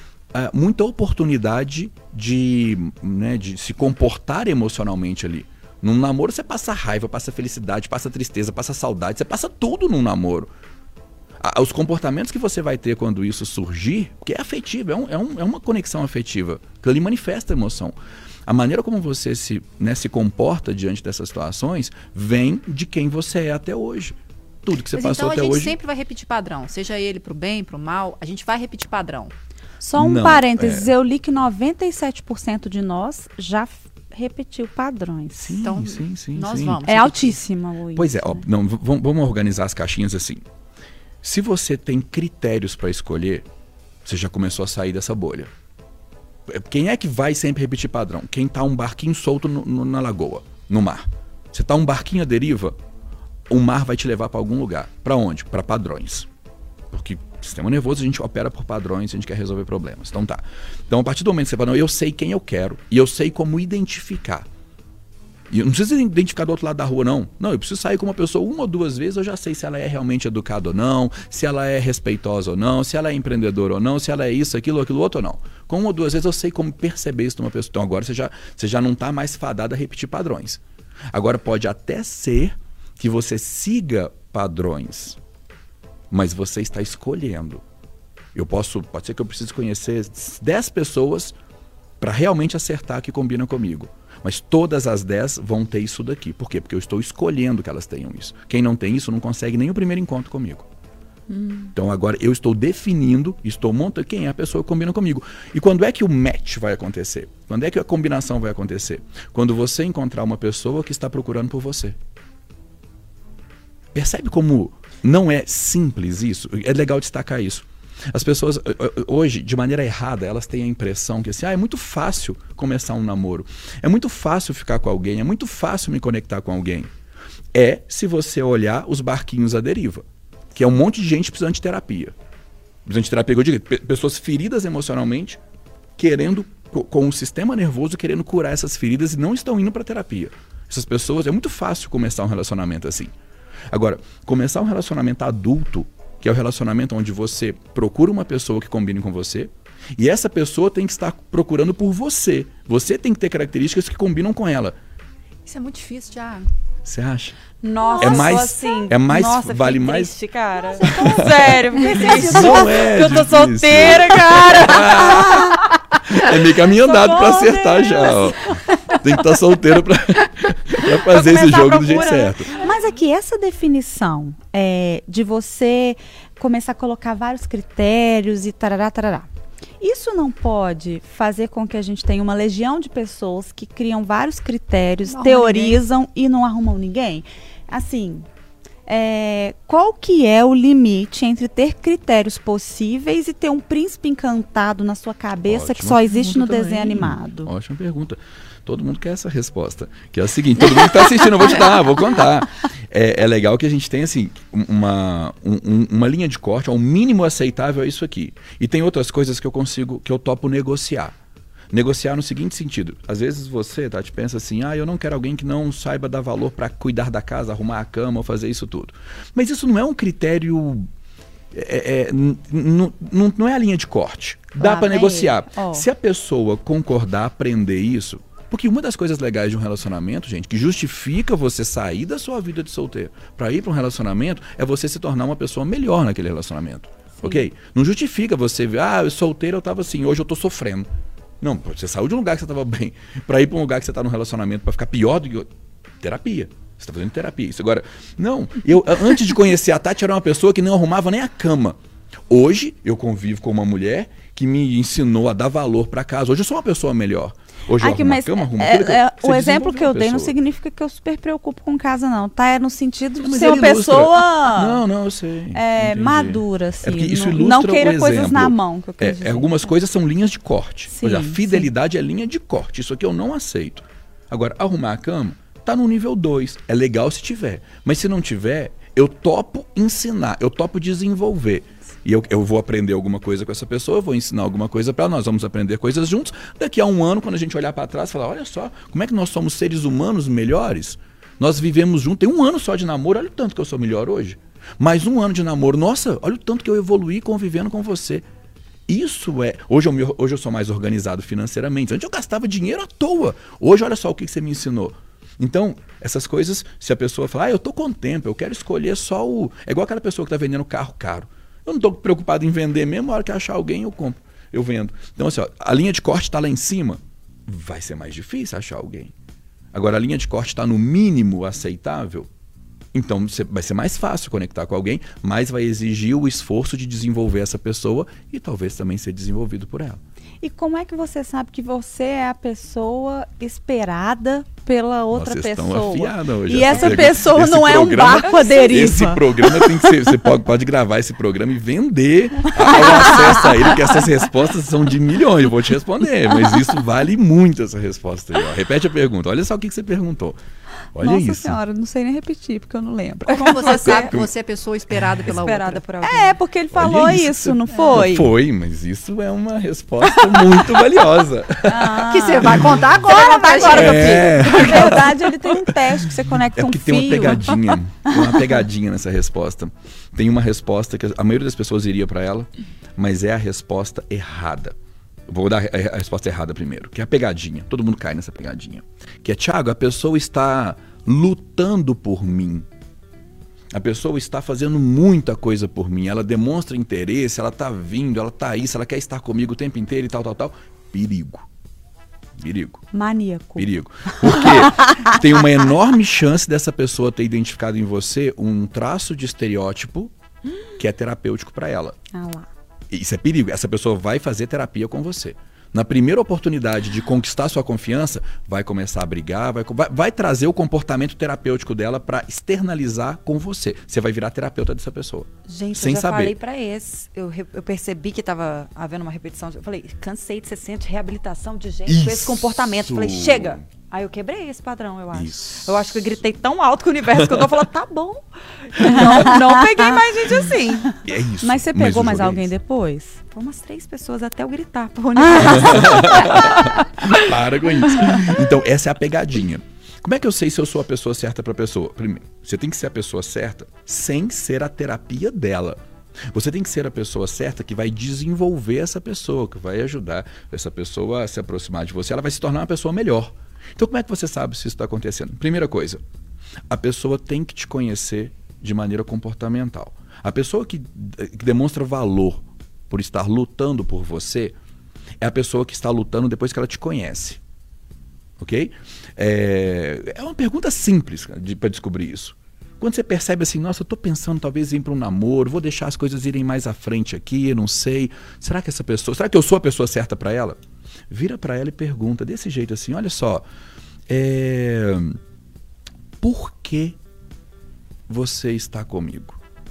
oportunidade de se comportar emocionalmente ali. Num namoro você passa raiva, passa felicidade, passa tristeza, passa saudade, você passa tudo num namoro. Os comportamentos que você vai ter quando isso surgir, porque é afetivo, é uma conexão afetiva, que ali manifesta emoção. A maneira como você se comporta diante dessas situações vem de quem você é até hoje. Tudo que você passou até hoje. Então a gente sempre vai repetir padrão, seja ele pro bem, pro mal, a gente vai repetir padrão. Só um parênteses, eu li que 97% de nós já repetiu padrões. Sim, então, sim. Nós vamos. É altíssima, Luiz. Pois é, vamos organizar as caixinhas assim. Se você tem critérios para escolher, você já começou a sair dessa bolha. Quem é que vai sempre repetir padrão? Quem tá um barquinho solto na lagoa, no mar. Você tá um barquinho à deriva, o mar vai te levar para algum lugar. Para onde? Para padrões. Porque sistema nervoso a gente opera por padrões, a gente quer resolver problemas. Então tá. Então a partir do momento que você fala, não, eu sei quem eu quero e eu sei como identificar. E eu não preciso identificar do outro lado da rua, não. Não, eu preciso sair com uma pessoa 1 ou 2 vezes, eu já sei se ela é realmente educada ou não, se ela é respeitosa ou não, se ela é empreendedora ou não, se ela é isso, aquilo outro ou não. Com 1 ou 2 vezes eu sei como perceber isso numa pessoa. Então agora você já não está mais fadada a repetir padrões. Agora pode até ser que você siga padrões, mas você está escolhendo. Pode ser que eu precise conhecer 10 pessoas para realmente acertar que combina comigo. Mas todas as 10 vão ter isso daqui. Por quê? Porque eu estou escolhendo que elas tenham isso. Quem não tem isso não consegue nem o primeiro encontro comigo. Então agora eu estou definindo, estou montando quem é a pessoa que combina comigo. E quando é que o match vai acontecer? Quando é que a combinação vai acontecer? Quando você encontrar uma pessoa que está procurando por você. Percebe como não é simples isso? É legal destacar isso. As pessoas, hoje, de maneira errada, elas têm a impressão que assim, é muito fácil começar um namoro. É muito fácil ficar com alguém, é muito fácil me conectar com alguém. Se você olhar os barquinhos à deriva. que é um monte de gente precisando de terapia. Precisando de terapia, eu digo, pessoas feridas emocionalmente, querendo, com o sistema nervoso, querendo curar essas feridas e não estão indo para terapia. Essas pessoas, é muito fácil começar um relacionamento assim. Agora, começar um relacionamento adulto, que é o relacionamento onde você procura uma pessoa que combine com você, e essa pessoa tem que estar procurando por você. Você tem que ter características que combinam com ela. Isso é muito difícil, Thiago. Você acha? Nossa, É mais- assim, é mais- nossa, vale fiquei mais- triste, cara. Sério, fiquei triste. Não é Eu tô difícil. solteira, cara. É meio caminho andado pra Socorro, acertar Deus. já, ó. Tem que estar solteiro pra fazer esse começar a jogo do jeito procura, né? certo. Mas aqui, essa definição de você começar a colocar vários critérios e tarará, tarará. Isso não pode fazer com que a gente tenha uma legião de pessoas que criam vários critérios, Não arruma teorizam e não arrumam ninguém? Assim, qual que é o limite entre ter critérios possíveis e ter um príncipe encantado na sua cabeça que Ótima só existe no pergunta desenho também. animado? Ótima pergunta. Todo mundo quer essa resposta. Que é a seguinte, todo mundo que está assistindo, eu vou te dar, vou contar. É legal que a gente tenha assim, uma linha de corte, um mínimo aceitável é isso aqui. E tem outras coisas que eu topo negociar. Negociar no seguinte sentido. Às vezes você, Tati, pensa assim, eu não quero alguém que não saiba dar valor para cuidar da casa, arrumar a cama ou fazer isso tudo. Mas isso não é um critério... não é a linha de corte. Dá Claro, para é negociar. ele. Ó. Se a pessoa concordar, aprender isso... Porque uma das coisas legais de um relacionamento, gente, que justifica você sair da sua vida de solteiro para ir para um relacionamento, é você se tornar uma pessoa melhor naquele relacionamento. Ok? Não justifica você ver, eu solteiro eu tava assim, hoje eu tô sofrendo. Não, você saiu de um lugar que você tava bem para ir para um lugar que você tá num relacionamento para ficar pior do que... Terapia. Você tá fazendo terapia. Isso agora... Não, eu antes de conhecer a Tati, era uma pessoa que não arrumava nem a cama. Hoje, eu convivo com uma mulher que me ensinou a dar valor para casa. Hoje eu sou uma pessoa melhor. Hoje eu arrumo a cama, arrumo tudo. O Você exemplo que eu desenvolveu a dei não pessoa. significa que eu super preocupo com casa, não, tá? É no sentido de Mas ser ele uma ilustra. pessoa Não, eu sei. Entendi. madura, assim. É porque isso não, ilustra não queira o coisas exemplo. na mão, que eu quero dizer. Algumas coisas são linhas de corte. Por exemplo, a Sim, fidelidade é linha de corte. Isso aqui eu não aceito. Agora, arrumar a cama tá no nível 2. É legal se tiver. Mas se não tiver, eu topo ensinar, eu topo desenvolver. E eu vou aprender alguma coisa com essa pessoa, eu vou ensinar alguma coisa para ela, nós vamos aprender coisas juntos. Daqui a um ano, quando a gente olhar para trás, falar, olha só, como é que nós somos seres humanos melhores? Nós vivemos juntos, tem um ano só de namoro, olha o tanto que eu sou melhor hoje. Mais um ano de namoro, nossa, olha o tanto que eu evoluí convivendo com você. Isso é... Hoje eu sou mais organizado financeiramente. Antes eu gastava dinheiro à toa. Hoje, olha só o que você me ensinou. Então, essas coisas, se a pessoa falar, eu tô com tempo, eu quero escolher só o... É igual aquela pessoa que tá vendendo carro caro. Eu não tô preocupado em vender mesmo, a hora que achar alguém eu compro, eu vendo. Então, assim, a linha de corte tá lá em cima, vai ser mais difícil achar alguém. Agora, a linha de corte está no mínimo aceitável, então vai ser mais fácil conectar com alguém, mas vai exigir o esforço de desenvolver essa pessoa e talvez também ser desenvolvido por ela. E como é que você sabe que você é a pessoa esperada pela outra Vocês estão pessoa? afiadas hoje. E essa pergunta- pessoa esse não é um programa- barco à deriva. Esse programa tem que ser... Você pode gravar esse programa e vender o acesso a ele, porque essas respostas são de milhões. Eu vou te responder, mas isso vale muito, essa resposta aí. Ó. Repete a pergunta. Olha só o que você perguntou. Olha Nossa isso. senhora, não sei nem repetir, porque eu não lembro. Como você sabe que você é a pessoa esperada pela Esperada outra? por alguém. É, porque ele falou Olha isso, não foi? Foi, mas isso é uma resposta muito valiosa. Que você vai contar agora, pra gente. meu É. filho. Na verdade, ele tem um teste que você conecta É um porque fio. tem uma pegadinha. Tem uma pegadinha nessa resposta. Tem uma resposta que a maioria das pessoas iria para ela, mas é a resposta errada. Vou dar a resposta errada primeiro, que é a pegadinha. Todo mundo cai nessa pegadinha. Que é, Thiago, a pessoa está lutando por mim. A pessoa está fazendo muita coisa por mim. Ela demonstra interesse, ela está vindo, ela está aí, se ela quer estar comigo o tempo inteiro e tal, tal, tal. Perigo. Perigo. Maníaco. Perigo. Porque tem uma enorme chance dessa pessoa ter identificado em você um traço de estereótipo que é terapêutico para ela. Ah lá. Isso é perigo. Essa pessoa vai fazer terapia com você. Na primeira oportunidade de conquistar sua confiança, vai começar a brigar, vai trazer o comportamento terapêutico dela para externalizar com você. Você vai virar terapeuta dessa pessoa. Gente, sem eu já saber. falei pra esse. Eu percebi que tava havendo uma repetição. Eu falei, cansei de ser centro de reabilitação de gente com esse Isso. comportamento. Eu falei, chega. Aí eu quebrei esse padrão, eu acho. Isso. Eu acho que eu gritei tão alto que o universo que eu tô falando, tá bom. Não peguei mais gente assim. É isso. Mas você pegou o mais jogo é alguém esse. depois? Foi umas 3 pessoas até eu gritar pro universo. Para com isso. Então, essa é a pegadinha. Como é que eu sei se eu sou a pessoa certa pra pessoa? Primeiro, você tem que ser a pessoa certa sem ser a terapia dela. Você tem que ser a pessoa certa que vai desenvolver essa pessoa, que vai ajudar essa pessoa a se aproximar de você. Ela vai se tornar uma pessoa melhor. Então, como é que você sabe se isso está acontecendo? Primeira coisa, a pessoa tem que te conhecer de maneira comportamental. A pessoa que demonstra valor por estar lutando por você é a pessoa que está lutando depois que ela te conhece. Ok? É uma pergunta simples para descobrir isso. Quando você percebe assim, nossa, eu tô pensando talvez em ir para um namoro, vou deixar as coisas irem mais à frente aqui, eu não sei. Será que eu sou a pessoa certa para ela? Vira para ela e pergunta desse jeito assim, olha só, por que você está comigo?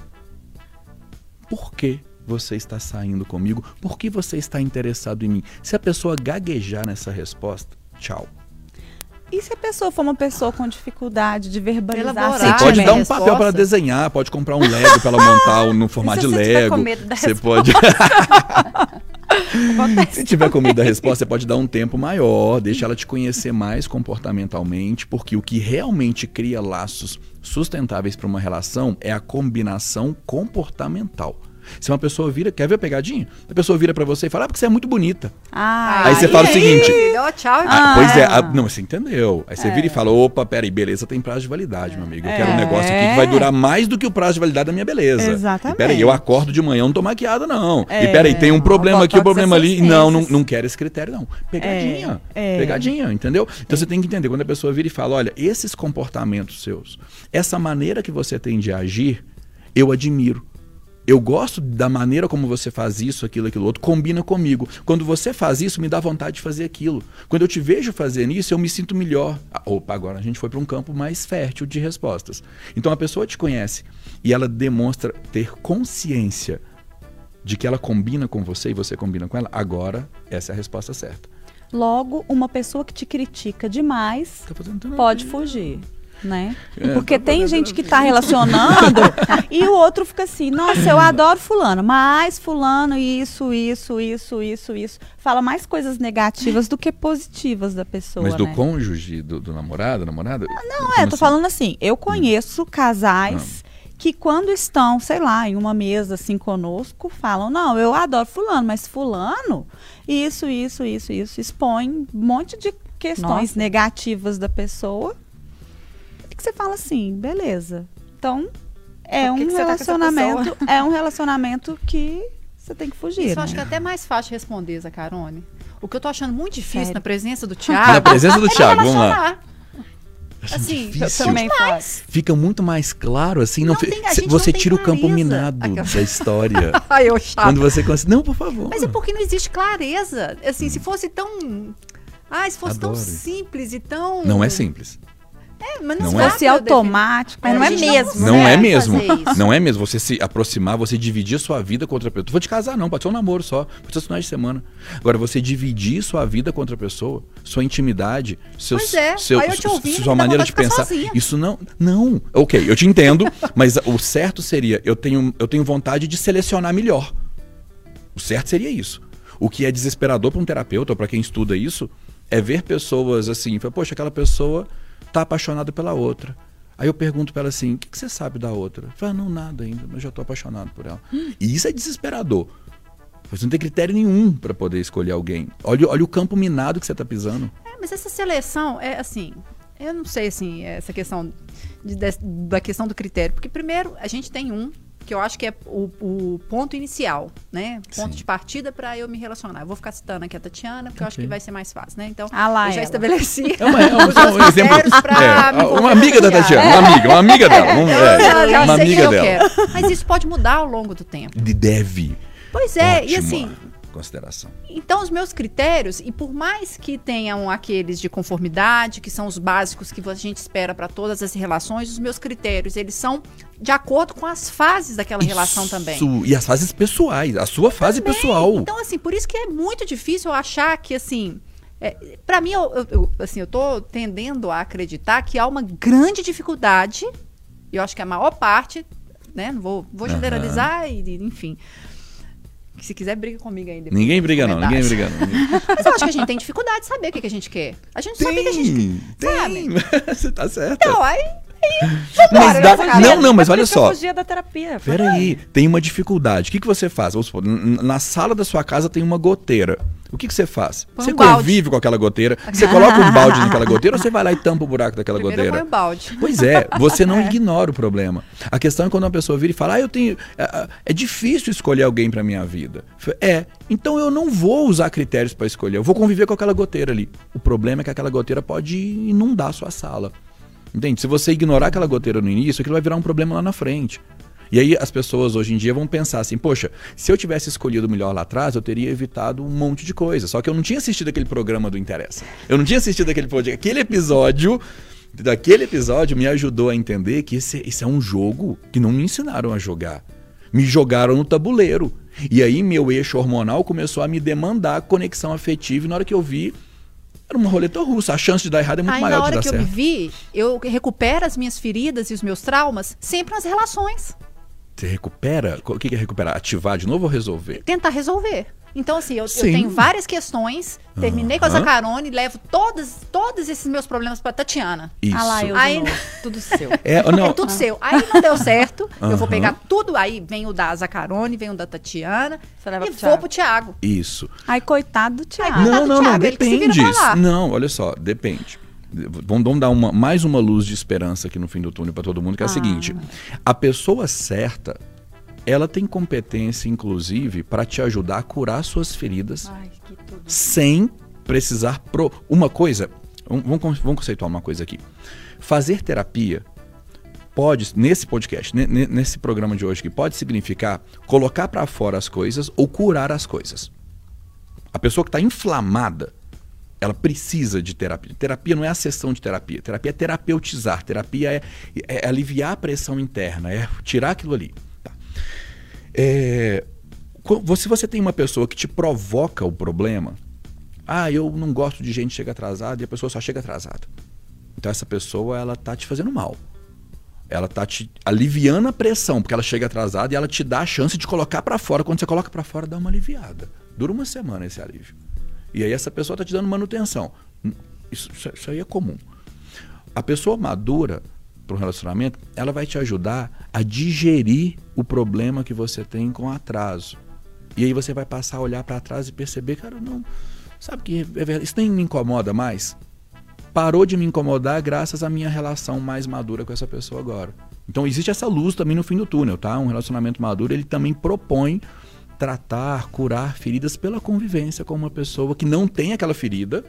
Por que você está saindo comigo? Por que você está interessado em mim? Se a pessoa gaguejar nessa resposta, tchau. E se a pessoa for uma pessoa com dificuldade de verbalizar Elaborar, Você Ah, pode minha dar um resposta. papel para ela desenhar, pode comprar um Lego para ela montar no formato de se você tiver Lego. com medo da Você pode. Se tiver com medo da resposta, você pode dar um tempo maior, deixa ela te conhecer mais comportamentalmente, porque o que realmente cria laços sustentáveis para uma relação é a combinação comportamental. Se uma pessoa vira, quer ver a pegadinha? A pessoa vira pra você e fala, porque você é muito bonita. Aí você fala o seguinte. Ó, tchau. Pois é, não, você entendeu. Aí você vira e fala, opa, peraí, beleza tem prazo de validade, meu amigo. Eu quero um negócio aqui que vai durar mais do que o prazo de validade da minha beleza. Exatamente. E peraí, eu acordo de manhã, eu não tô maquiada, não. E peraí, tem um problema aqui, um problema ali. Não quero esse critério, não. Pegadinha. Pegadinha, entendeu? Então você tem que entender, quando a pessoa vira e fala, olha, esses comportamentos seus, essa maneira que você tem de agir, eu admiro. Eu gosto da maneira como você faz isso, aquilo outro, combina comigo. Quando você faz isso, me dá vontade de fazer aquilo. Quando eu te vejo fazendo isso, eu me sinto melhor. Opa, agora a gente foi para um campo mais fértil de respostas. Então a pessoa te conhece e ela demonstra ter consciência de que ela combina com você e você combina com ela. Agora, essa é a resposta certa. Logo, uma pessoa que te critica demais Tá fazendo terapia. pode fugir, né? É, Porque tá tem fazendo gente que tá relacionando e o outro fica assim, nossa, eu adoro fulano, mas fulano isso. Fala mais coisas negativas do que positivas da pessoa, Mas do né? cônjuge, do namorado, namorada? Não, tô falando assim, eu conheço casais que quando estão, sei lá, em uma mesa assim conosco, falam, não, eu adoro fulano, mas fulano, isso, expõe um monte de questões Nossa. negativas da pessoa, e que você fala assim, beleza, então é Por que um que você tá com essa relacionamento, é um relacionamento que você tem que fugir, Isso eu né? acho que é até mais fácil de responder, Zacarone. O que eu tô achando muito difícil Sério? na presença do Na Thiago presença do é Thiago, vamos lá. relacionar. Acho Assim, difícil. também faço. Fica muito mais claro, assim. Não tem- a gente você não tem tira o campo clareza. minado Aquela- da história. Ai, eu chato. Quando você consegue. Não, por favor. Mas é porque não existe clareza. Assim, se fosse tão... Ah, se fosse tão Adoro. simples e tão... não é simples. Mas Não dá é. pra Fosse automático, Mas não a é gente mesmo. Não é consegue mesmo. fazer isso. Não é mesmo. Você se aproximar, você dividir sua vida com outra pessoa. Não vou te casar, não. Pode ser um namoro só. Pode ser finais de semana. Agora, você dividir sua vida com outra pessoa, sua intimidade, Pois é. Aí eu te ouvindo, me sua dá maneira vontade de de ficar pensar. sozinha. Isso não. Não. Ok, eu te entendo, mas o certo seria, eu tenho vontade de selecionar melhor. O certo seria isso. O que é desesperador para um terapeuta ou para quem estuda isso é ver pessoas assim, fala, poxa, aquela pessoa tá apaixonada pela outra. Aí eu pergunto pra ela assim, o que você sabe da outra? Fala, não, nada ainda, mas já tô apaixonado por ela. E isso é desesperador. Você não tem critério nenhum para poder escolher alguém. Olha o campo minado que você tá pisando. Mas essa seleção é assim, eu não sei assim, essa questão da questão do critério, porque primeiro a gente tem que eu acho que é o ponto inicial, né? Ponto Sim. de partida para eu me relacionar. Eu vou ficar citando aqui a Tatiana, porque eu acho que vai ser mais fácil, né? Então, Ah lá eu já ela. estabeleci Um os critérios pra me envolver uma amiga da com o Thiago. Tatiana, uma amiga dela. Eu já Uma sei amiga quem eu dela. quero. Mas isso pode mudar ao longo do tempo. Deve. Pois é, e Ótima assim, consideração. então os meus critérios, e por mais que tenham aqueles de conformidade, que são os básicos que a gente espera para todas as relações, os meus critérios, eles são de acordo com as fases daquela relação também. E as fases pessoais, a sua fase pessoal. Então, assim, por isso que é muito difícil eu achar que, assim, Para mim, assim, eu tô tendendo a acreditar que há uma grande dificuldade, eu acho que a maior parte, né? Não vou generalizar, enfim. Se quiser, briga comigo aí depois. Ninguém briga não, ninguém briga não. Mas eu acho que a gente tem dificuldade de saber o que a gente quer. A gente sabe o que a gente quer. Tem, você tá certa. Então, aí Mas dá- não, mas olha Por isso só. eu fugia da terapia. Peraí, tem uma dificuldade. O que você faz? Vamos supor, na sala da sua casa tem uma goteira. O que você faz? Põe Você um balde. convive com aquela goteira, você coloca um balde naquela goteira ou você vai lá e tampa o buraco daquela primeiro goteira? foi o balde. Pois é, você não ignora o problema. A questão é quando uma pessoa vira e fala, eu tenho. É difícil escolher alguém pra minha vida. Então eu não vou usar critérios pra escolher, eu vou conviver com aquela goteira ali. O problema é que aquela goteira pode inundar a sua sala. Entende? Se você ignorar aquela goteira no início, aquilo vai virar um problema lá na frente. E aí as pessoas hoje em dia vão pensar assim, poxa, se eu tivesse escolhido melhor lá atrás, eu teria evitado um monte de coisa. Só que eu não tinha assistido aquele programa do Interessa. Eu não tinha assistido aquele podcast. Daquele episódio me ajudou a entender que esse é um jogo que não me ensinaram a jogar. Me jogaram no tabuleiro. E aí meu eixo hormonal começou a me demandar conexão afetiva. E na hora que eu vi, era uma roleta russa. A chance de dar errado é muito Aí maior na de hora dar que certo. eu me vi, eu recupero as minhas feridas e os meus traumas sempre nas relações. Você recupera? O que é recuperar? Ativar de novo ou resolver? Tentar resolver. Então, assim, eu Sim. tenho várias questões, terminei com a Zacarone, levo todos esses meus problemas pra Tatiana. Isso. Ah lá, eu Aí- de novo. Tudo seu. Não, É tudo seu. Aí não deu certo, eu vou pegar tudo, aí vem o da Zacarone, vem o da Tatiana Você leva e pro vou Thiago. pro Thiago. Isso. Ai, coitado do Thiago. Ai, Não, Thiago, ele que se vira depende. pra lá. Não, olha só, depende. Vamos dar mais uma luz de esperança aqui no fim do túnel para todo mundo, que é a seguinte. A pessoa certa, ela tem competência, inclusive, para te ajudar a curar suas feridas Ai, que tudo. sem precisar... Uma coisa, vamos conceituar uma coisa aqui. Fazer terapia pode, nesse podcast, nesse programa de hoje, que pode significar colocar para fora as coisas ou curar as coisas. A pessoa que está inflamada, ela precisa de terapia. Terapia não é a sessão de terapia. Terapia é terapeutizar. Terapia é aliviar a pressão interna, é tirar aquilo ali. Tá. Se você tem uma pessoa que te provoca o problema, eu não gosto de gente que chega atrasada e a pessoa só chega atrasada. Então essa pessoa, ela tá te fazendo mal. Ela tá te aliviando a pressão, porque ela chega atrasada e ela te dá a chance de colocar pra fora. Quando você coloca pra fora, dá uma aliviada. Dura uma semana esse alívio. E aí essa pessoa tá te dando manutenção. Isso aí é comum. A pessoa madura para um relacionamento, ela vai te ajudar a digerir o problema que você tem com atraso. E aí você vai passar a olhar pra trás e perceber, cara, não... Sabe que é verdade, isso nem me incomoda mais? Parou de me incomodar graças à minha relação mais madura com essa pessoa agora. Então existe essa luz também no fim do túnel, tá? Um relacionamento maduro, ele também propõe tratar, curar feridas pela convivência com uma pessoa que não tem aquela ferida.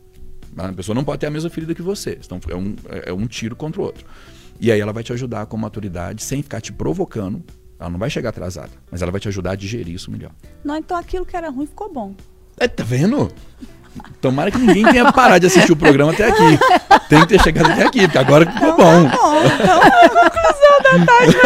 A pessoa não pode ter a mesma ferida que você. Então é um tiro contra o outro. E aí ela vai te ajudar com maturidade, sem ficar te provocando. Ela não vai chegar atrasada, mas ela vai te ajudar a digerir isso melhor. Não, então aquilo que era ruim ficou bom. Tá vendo? Tomara que ninguém tenha parado de assistir o programa até aqui. Tem que ter chegado até aqui, porque agora ficou bom. Então a conclusão da tarde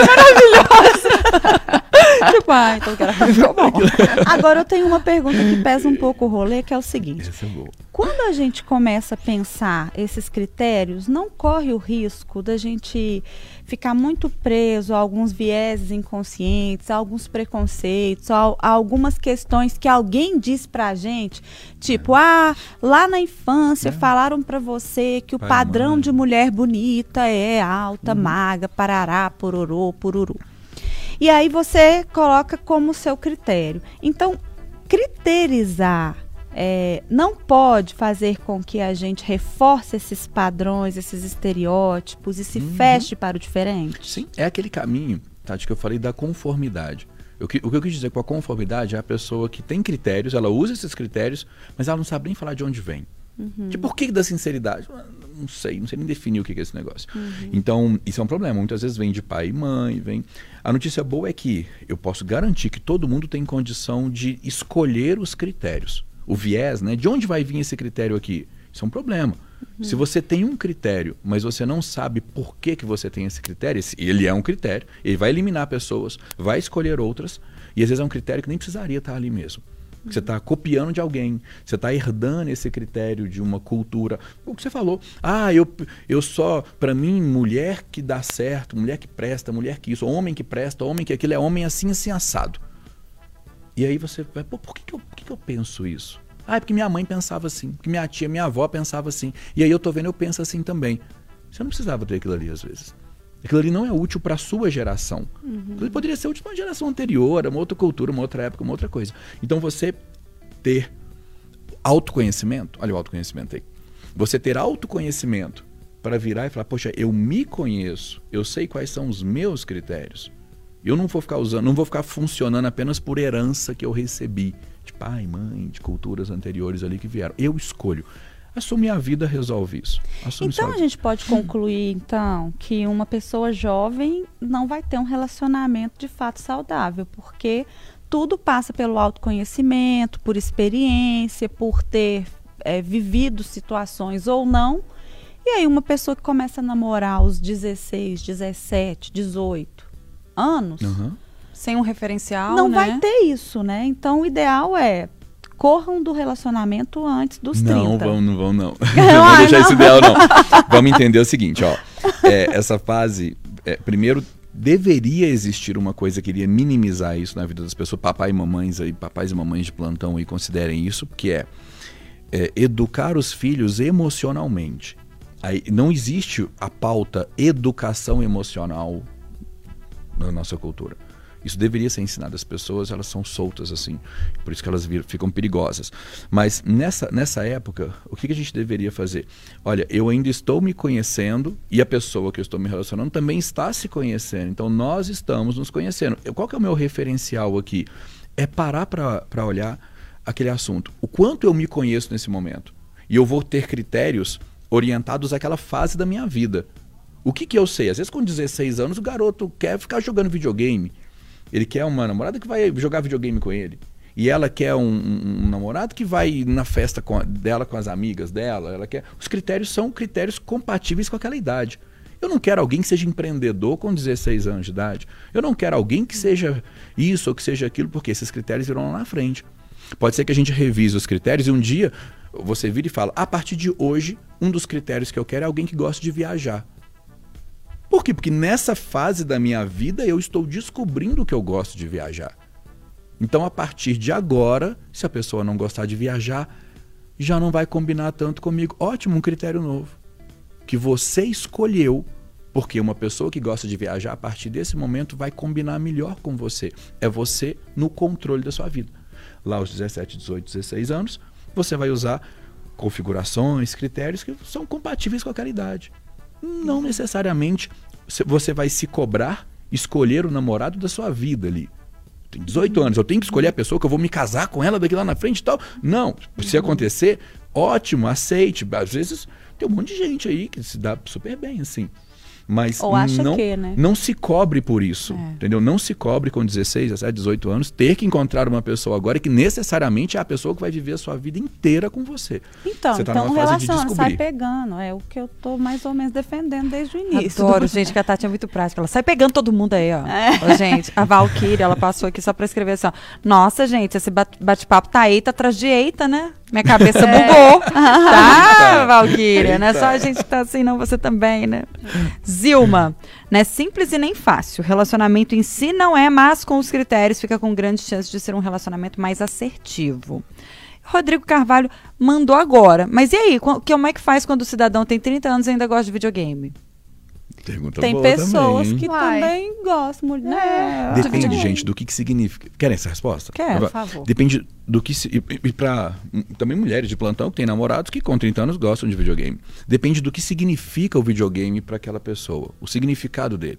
foi maravilhosa. Tipo, então que era ruim ficou bom. Agora eu tenho uma pergunta que pesa um pouco o rolê, que é o seguinte. Essa é boa. Quando a gente começa a pensar esses critérios, não corre o risco da gente ficar muito preso a alguns vieses inconscientes, a alguns preconceitos, a algumas questões que alguém diz pra gente, tipo, lá na infância falaram pra você que o Pai, padrão mãe. de mulher bonita é alta, magra, parará, pororô, pururu. E aí você coloca como seu critério. Então, criterizar não pode fazer com que a gente reforce esses padrões, esses estereótipos e se feche para o diferente? Sim, é aquele caminho, Tati, que eu falei da conformidade. O que eu quis dizer com a conformidade é a pessoa que tem critérios, ela usa esses critérios, mas ela não sabe nem falar de onde vem. Tipo, por que da sinceridade? Não sei nem definir o que é esse negócio. Então, isso é um problema. Muitas vezes vem de pai e mãe, vem... A notícia boa é que eu posso garantir que todo mundo tem condição de escolher os critérios. O viés, né? De onde vai vir esse critério aqui? Isso é um problema. Se você tem um critério, mas você não sabe por que você tem esse critério, ele é um critério, ele vai eliminar pessoas, vai escolher outras, e às vezes é um critério que nem precisaria estar ali mesmo. Você está copiando de alguém. Você está herdando esse critério de uma cultura. O que você falou. Eu só, para mim, mulher que dá certo, mulher que presta, mulher que isso, homem que presta, homem que aquilo, é homem assim, assim, assado. E aí você vai, por que eu penso isso? É porque minha mãe pensava assim, porque minha tia, minha avó pensava assim. E aí eu tô vendo, eu penso assim também. Você não precisava ter aquilo ali às vezes. Aquilo ali não é útil para a sua geração. Ele poderia ser útil para uma geração anterior, uma outra cultura, uma outra época, uma outra coisa. Então você ter autoconhecimento, olha o autoconhecimento aí. Você ter autoconhecimento para virar e falar, poxa, eu me conheço, eu sei quais são os meus critérios. Eu não vou ficar usando, não vou ficar funcionando apenas por herança que eu recebi de pai, mãe, de culturas anteriores ali que vieram. Eu escolho. Assumir a vida resolve isso. Então a gente pode concluir, então, que uma pessoa jovem não vai ter um relacionamento de fato saudável, porque tudo passa pelo autoconhecimento, por experiência, por ter vivido situações ou não. E aí uma pessoa que começa a namorar aos 16, 17, 18 anos, sem um referencial, não né? vai ter isso, né? Então o ideal é corram do relacionamento antes dos 30. Não vão. Não vou deixar esse ideal, não. Vamos entender o seguinte, ó. Essa fase, primeiro, deveria existir uma coisa que iria minimizar isso na vida das pessoas. Papais e mamães de plantão aí considerem isso, que é educar os filhos emocionalmente. Aí, não existe a pauta educação emocional na nossa cultura. Isso deveria ser ensinado às pessoas, elas são soltas assim, por isso que elas ficam perigosas. Mas nessa época, o que a gente deveria fazer? Olha, eu ainda estou me conhecendo e a pessoa que eu estou me relacionando também está se conhecendo. Então nós estamos nos conhecendo. Qual que é o meu referencial aqui? É parar para olhar aquele assunto. O quanto eu me conheço nesse momento? E eu vou ter critérios orientados àquela fase da minha vida. O que eu sei? Às vezes com 16 anos o garoto quer ficar jogando videogame. Ele quer uma namorada que vai jogar videogame com ele. E ela quer um namorado que vai na festa dela com as amigas dela. Ela quer. Os critérios são critérios compatíveis com aquela idade. Eu não quero alguém que seja empreendedor com 16 anos de idade. Eu não quero alguém que seja isso ou que seja aquilo, porque esses critérios virão lá na frente. Pode ser que a gente revise os critérios e um dia você vira e fala, a partir de hoje, um dos critérios que eu quero é alguém que gosta de viajar. Por quê? Porque nessa fase da minha vida eu estou descobrindo que eu gosto de viajar. Então, a partir de agora, se a pessoa não gostar de viajar, já não vai combinar tanto comigo. Ótimo, um critério novo. Que você escolheu, porque uma pessoa que gosta de viajar, a partir desse momento, vai combinar melhor com você. É você no controle da sua vida. Lá aos 17, 18, 16 anos, você vai usar configurações, critérios que são compatíveis com aquela idade. Não necessariamente você vai se cobrar escolher o namorado da sua vida ali. Tem 18 anos, eu tenho que escolher a pessoa que eu vou me casar com ela daqui lá na frente e tal. Não, se acontecer, ótimo, aceite. Às vezes tem um monte de gente aí que se dá super bem, assim. Mas ou acha que, né? Não se cobre por isso, entendeu? Não se cobre com 16, 17, 18 anos ter que encontrar uma pessoa agora que necessariamente é a pessoa que vai viver a sua vida inteira com você. Então, você tá numa fase de descobrir. Sai pegando, é o que eu tô mais ou menos defendendo desde o início. Adoro, gente, que a Tati é muito prática. Ela sai pegando todo mundo aí, ó. Ô, gente, a Valkyria, ela passou aqui só pra escrever assim, ó. Nossa, gente, esse bate-papo tá eita atrás de eita, né? Minha cabeça bugou. Tá, Valkyria? Não é só a gente que tá assim, não, você também, né? Zilma, não é simples e nem fácil. O relacionamento em si não é, mas com os critérios fica com grande chance de ser um relacionamento mais assertivo. Rodrigo Carvalho mandou agora. Mas e aí, como é que faz quando o cidadão tem 30 anos e ainda gosta de videogame? Pergunta tem boa pessoas também. que também gostam, né? Depende, gente, do que significa. Querem essa resposta? Quero, por favor. Depende do que... E para também mulheres de plantão que têm namorados que com 30 anos gostam de videogame. Depende do que significa o videogame para aquela pessoa. O significado dele.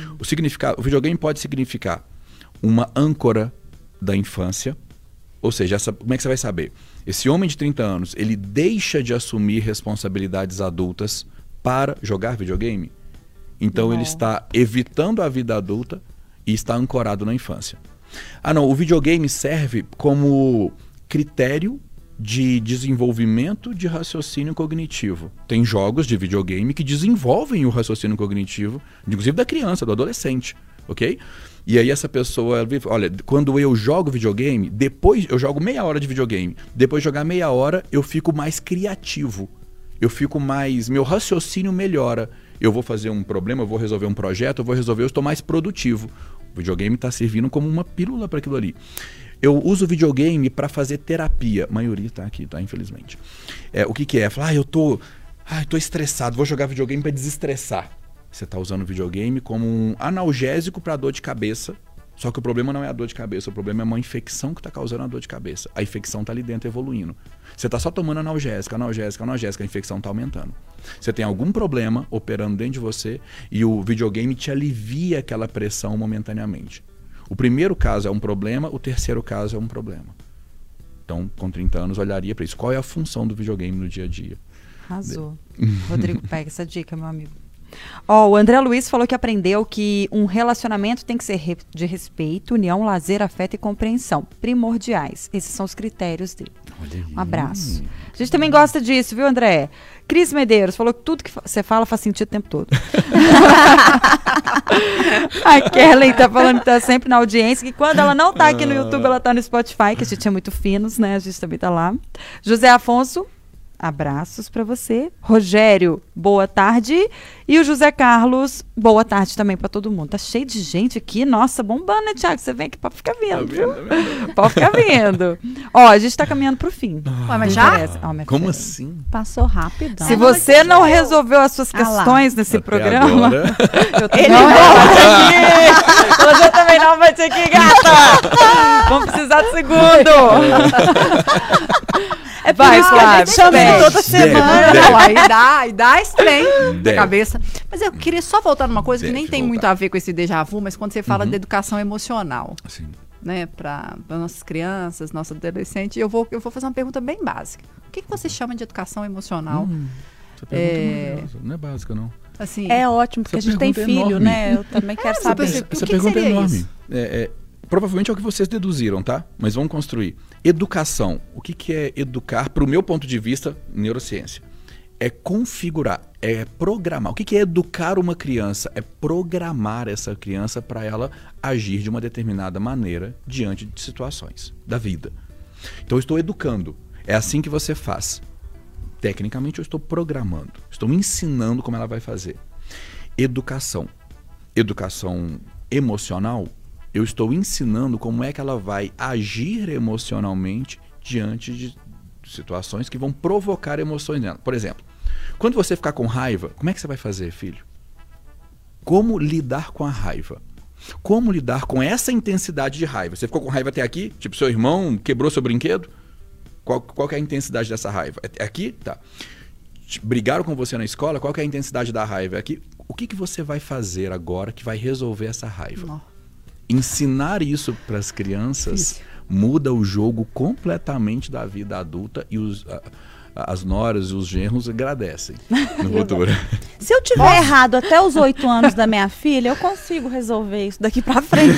O videogame pode significar uma âncora da infância. Ou seja, como é que você vai saber? Esse homem de 30 anos, ele deixa de assumir responsabilidades adultas para jogar videogame? Então ele está evitando a vida adulta e está ancorado na infância. Não, o videogame serve como critério de desenvolvimento de raciocínio cognitivo. Tem jogos de videogame que desenvolvem o raciocínio cognitivo, inclusive da criança, do adolescente. ok? E aí essa pessoa, ela vira, olha, quando eu jogo videogame, depois eu jogo meia hora de videogame, depois de jogar meia hora eu fico mais criativo, meu raciocínio melhora. Eu vou fazer um problema, eu vou resolver um projeto, eu estou mais produtivo. O videogame está servindo como uma pílula para aquilo ali. Eu uso o videogame para fazer terapia. A maioria está aqui, tá? Infelizmente. O que é? Falar, eu tô estressado, vou jogar videogame para desestressar. Você está usando o videogame como um analgésico para dor de cabeça. Só que o problema não é a dor de cabeça, o problema é uma infecção que está causando a dor de cabeça. A infecção está ali dentro evoluindo. Você está só tomando analgésica, a infecção está aumentando. Você tem algum problema operando dentro de você e o videogame te alivia aquela pressão momentaneamente. O primeiro caso é um problema, o terceiro caso é um problema. Então, com 30 anos, olharia para isso. Qual é a função do videogame no dia a dia? Arrasou. Rodrigo, pega essa dica, meu amigo. O André Luiz falou que aprendeu que um relacionamento tem que ser de respeito, união, lazer, afeto e compreensão. Primordiais. Esses são os critérios dele. Um abraço. A gente também gosta disso, viu, André? Cris Medeiros falou que tudo que você fala faz sentido o tempo todo. A Kerlen tá falando que tá sempre na audiência, que quando ela não tá aqui no YouTube, ela tá no Spotify, que a gente é muito finos, né? A gente também tá lá. José Afonso, abraços para você. Rogério, boa tarde. E o José Carlos, boa tarde também para todo mundo. Tá cheio de gente aqui. Nossa, bombando, né, Thiago? Você vem aqui para ficar vendo, viu? Pode ficar vendo. A gente tá caminhando pro fim. Ué, mas já? Como assim? Passou rápido. Se você não resolveu as suas questões nesse Até programa, agora. eu também não bate aqui. Você também não bate aqui, gata. Vamos precisar de segundo. É por isso que a gente chama ele toda semana. Não, aí dá esse trem na cabeça. Mas eu queria só voltar numa coisa que nem tem muito a ver com esse déjà vu, mas quando você fala de educação emocional, Sim. né, para nossas crianças, nossos adolescentes, eu vou fazer uma pergunta bem básica. O que você chama de educação emocional? Essa pergunta é maravilhosa. Não é básica, não. Assim, É ótimo, porque Essa a gente tem pergunta é filho, enorme. né? Eu também quero saber. Essa pergunta é enorme. Provavelmente é o que vocês deduziram, tá? Mas vamos construir. Educação. O que é educar, para o meu ponto de vista, neurociência? É configurar, é programar. O que é educar uma criança? É programar essa criança para ela agir de uma determinada maneira diante de situações da vida. Então eu estou educando. É assim que você faz. Tecnicamente eu estou programando. Estou ensinando como ela vai fazer. Educação. Educação emocional. Eu estou ensinando como é que ela vai agir emocionalmente diante de situações que vão provocar emoções nela. Por exemplo, quando você ficar com raiva, como é que você vai fazer, filho? Como lidar com a raiva? Como lidar com essa intensidade de raiva? Você ficou com raiva até aqui? Tipo, seu irmão quebrou seu brinquedo? Qual que é a intensidade dessa raiva? É aqui? Tá. Brigaram com você na escola? Qual que é a intensidade da raiva? É aqui? O que você vai fazer agora que vai resolver essa raiva? Não. Ensinar isso para as crianças muda o jogo completamente da vida adulta e as noras e os genros agradecem no futuro. Se eu tiver errado até os 8 anos da minha filha, eu consigo resolver isso daqui pra frente.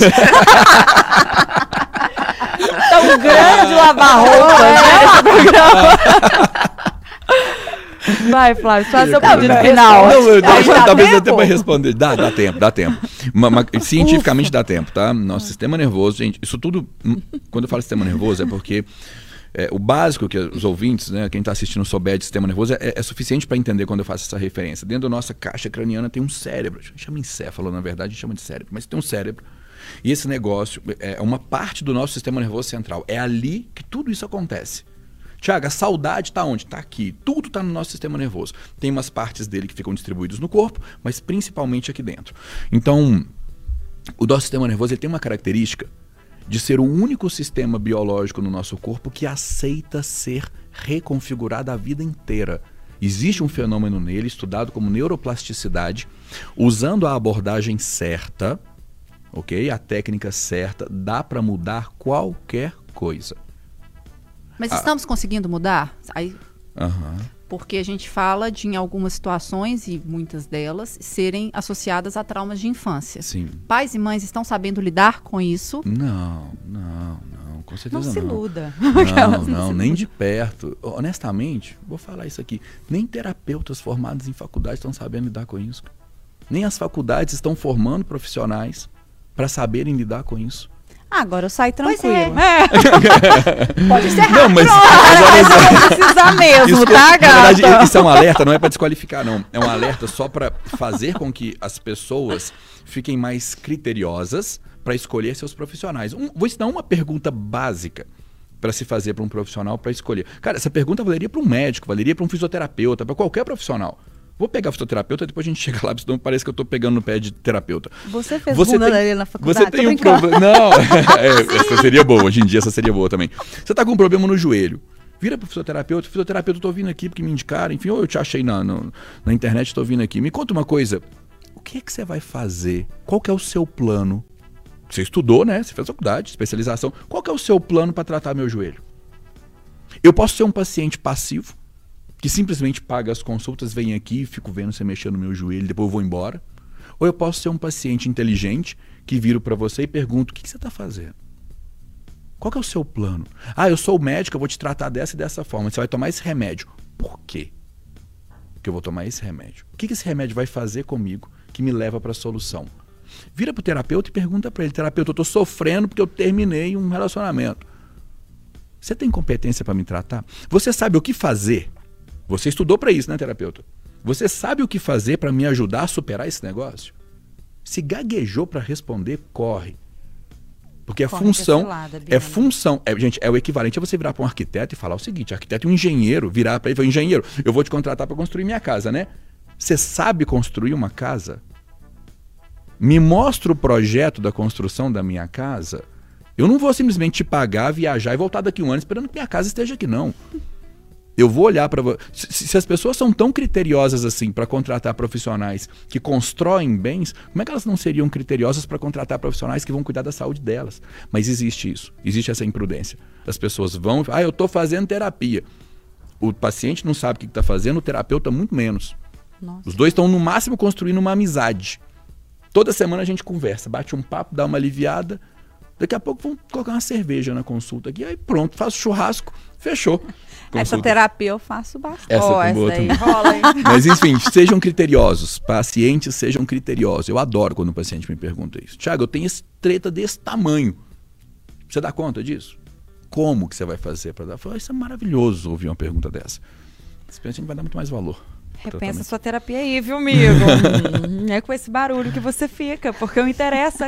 Tão grande lavar roupa, né? Esse programa. Vai, Flávio, só seu pedido final. Talvez eu tenha para responder. Dá tempo. Cientificamente dá tempo, tá? Nosso sistema nervoso, gente, isso tudo, quando eu falo sistema nervoso, é porque o básico que os ouvintes, né, quem está assistindo souber de sistema nervoso, é suficiente para entender quando eu faço essa referência. Dentro da nossa caixa craniana tem um cérebro, a gente chama encéfalo, na verdade, a gente chama de cérebro, mas tem um cérebro. E esse negócio é uma parte do nosso sistema nervoso central. É ali que tudo isso acontece. Tiago, a saudade está onde? Está aqui. Tudo está no nosso sistema nervoso. Tem umas partes dele que ficam distribuídas no corpo, mas principalmente aqui dentro. Então, o nosso sistema nervoso ele tem uma característica de ser o único sistema biológico no nosso corpo que aceita ser reconfigurado a vida inteira. Existe um fenômeno nele, estudado como neuroplasticidade, usando a abordagem certa, ok? A técnica certa, dá para mudar qualquer coisa. Mas estamos conseguindo mudar? Aí, porque a gente fala de, em algumas situações, e muitas delas, serem associadas a traumas de infância. Sim. Pais e mães estão sabendo lidar com isso? Não, com certeza não. Não se iluda. Não, nem de perto. Honestamente, vou falar isso aqui, nem terapeutas formados em faculdade estão sabendo lidar com isso. Nem as faculdades estão formando profissionais para saberem lidar com isso. Agora eu saio tranquilo. Pode encerrar. Não, mas Não precisa mesmo, que, tá, na gata? verdade, isso é um alerta, não é para desqualificar, não. É um alerta só para fazer com que as pessoas fiquem mais criteriosas para escolher seus profissionais. Vou ensinar uma pergunta básica para se fazer para um profissional para escolher. Cara, essa pergunta valeria para um médico, valeria para um fisioterapeuta, para qualquer profissional. Vou pegar fisioterapeuta, depois a gente chega lá, senão parece que eu tô pegando no pé de terapeuta. Você fez bunda dele na faculdade? Você tem um problema... Não, essa seria boa. Hoje em dia essa seria boa também. Você tá com um problema no joelho. Vira pro fisioterapeuta. Fisioterapeuta, eu tô vindo aqui porque me indicaram. Enfim, ou eu te achei na internet, tô vindo aqui. Me conta uma coisa. O que é que você vai fazer? Qual que é o seu plano? Você estudou, né? Você fez faculdade, especialização. Qual que é o seu plano para tratar meu joelho? Eu posso ser um paciente passivo, que simplesmente paga as consultas, vem aqui, fico vendo você mexer no meu joelho, depois eu vou embora. Ou eu posso ser um paciente inteligente, que viro para você e pergunto, o que você está fazendo? Qual que é o seu plano? Ah, eu sou o médico, eu vou te tratar dessa e dessa forma. Você vai tomar esse remédio. Por quê que eu vou tomar esse remédio? O que esse remédio vai fazer comigo que me leva para a solução? Vira pro terapeuta e pergunta para ele, terapeuta, eu tô sofrendo porque eu terminei um relacionamento. Você tem competência para me tratar? Você sabe o que fazer? Você estudou para isso, né, terapeuta? Você sabe o que fazer para me ajudar a superar esse negócio? Se gaguejou para responder, corre. Porque Corre função lado, é função. Gente, é o equivalente a você virar para um arquiteto e falar o seguinte, arquiteto e um engenheiro, virar para ele e falar, engenheiro, eu vou te contratar para construir minha casa, né? Você sabe construir uma casa? Me mostra o projeto da construção da minha casa. Eu não vou simplesmente te pagar, viajar e voltar daqui 1 ano esperando que minha casa esteja aqui, não. Eu vou olhar para você. Se as pessoas são tão criteriosas assim para contratar profissionais que constroem bens, como é que elas não seriam criteriosas para contratar profissionais que vão cuidar da saúde delas? Mas existe isso, existe essa imprudência. As pessoas vão, eu estou fazendo terapia. O paciente não sabe o que está fazendo, o terapeuta muito menos. Nossa. Os dois estão no máximo construindo uma amizade. Toda semana a gente conversa, bate um papo, dá uma aliviada. Daqui a pouco vão colocar uma cerveja na consulta aqui, aí pronto, faço churrasco, fechou. Essa terapia eu faço bastante. Essa Essa boa aí também. rola, hein? Mas enfim, sejam criteriosos. Pacientes sejam criteriosos. Eu adoro quando o paciente me pergunta isso. Tiago, eu tenho esse treta desse tamanho. Você dá conta disso? Como que você vai fazer para dar? Isso é maravilhoso ouvir uma pergunta dessa. Esse paciente vai dar muito mais valor. Repensa sua terapia aí, viu, amigo? É com esse barulho que você fica, porque o interessa.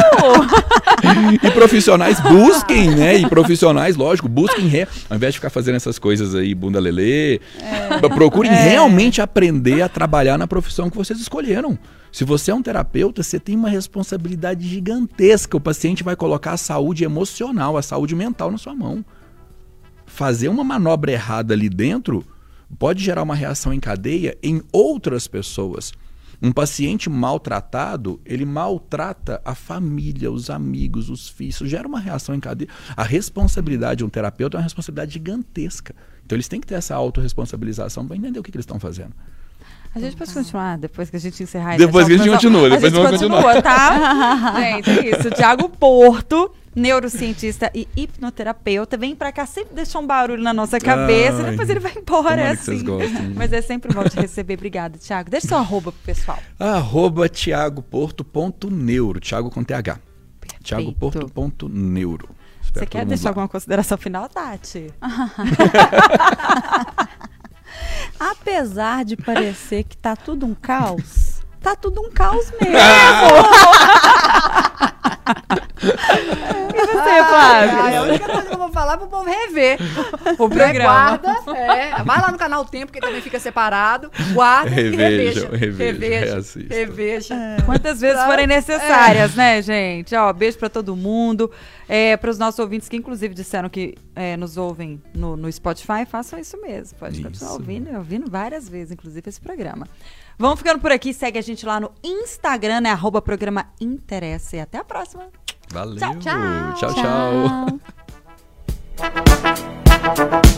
E profissionais busquem, né? E profissionais, lógico, busquem ao invés de ficar fazendo essas coisas aí, bunda lelê, procurem realmente aprender a trabalhar na profissão que vocês escolheram. Se você é um terapeuta, você tem uma responsabilidade gigantesca. O paciente vai colocar a saúde emocional, a saúde mental na sua mão. Fazer uma manobra errada ali dentro pode gerar uma reação em cadeia em outras pessoas. Um paciente maltratado, ele maltrata a família, os amigos, os filhos. Isso gera uma reação em cadeia. A responsabilidade de um terapeuta é uma responsabilidade gigantesca. Então eles têm que ter essa autorresponsabilização para entender o que eles estão fazendo. A gente pode continuar depois que a gente encerrar. Depois que a gente continua. A gente continua, tá? Gente, é isso. Tiago Porto, neurocientista e hipnoterapeuta, vem pra cá, sempre deixa um barulho na nossa cabeça, e depois ele vai embora, é assim. Mas é sempre bom te receber. Obrigada, Tiago. Deixa seu arroba pro pessoal. @tiagoporto.neuro, Tiago com TH. tiagoporto.neuro. Você quer deixar alguma consideração final, Tati? Apesar de parecer que tá tudo um caos, tá tudo um caos mesmo. E você, Flávia? A única coisa que eu vou falar é pro povo rever O programa. Guarda, vai lá no canal Tempo, que também fica separado. Guarda e reveja. Reveja. Quantas vezes forem necessárias, né, gente? Ó, beijo pra todo mundo. Para os nossos ouvintes que, inclusive, disseram que nos ouvem no Spotify, façam isso mesmo. Pode continuar ouvindo várias vezes, inclusive, esse programa. Vamos ficando por aqui. Segue a gente lá no Instagram, né? @programa Interessa. E até a próxima. Valeu. Tchau, tchau. Tchau, tchau.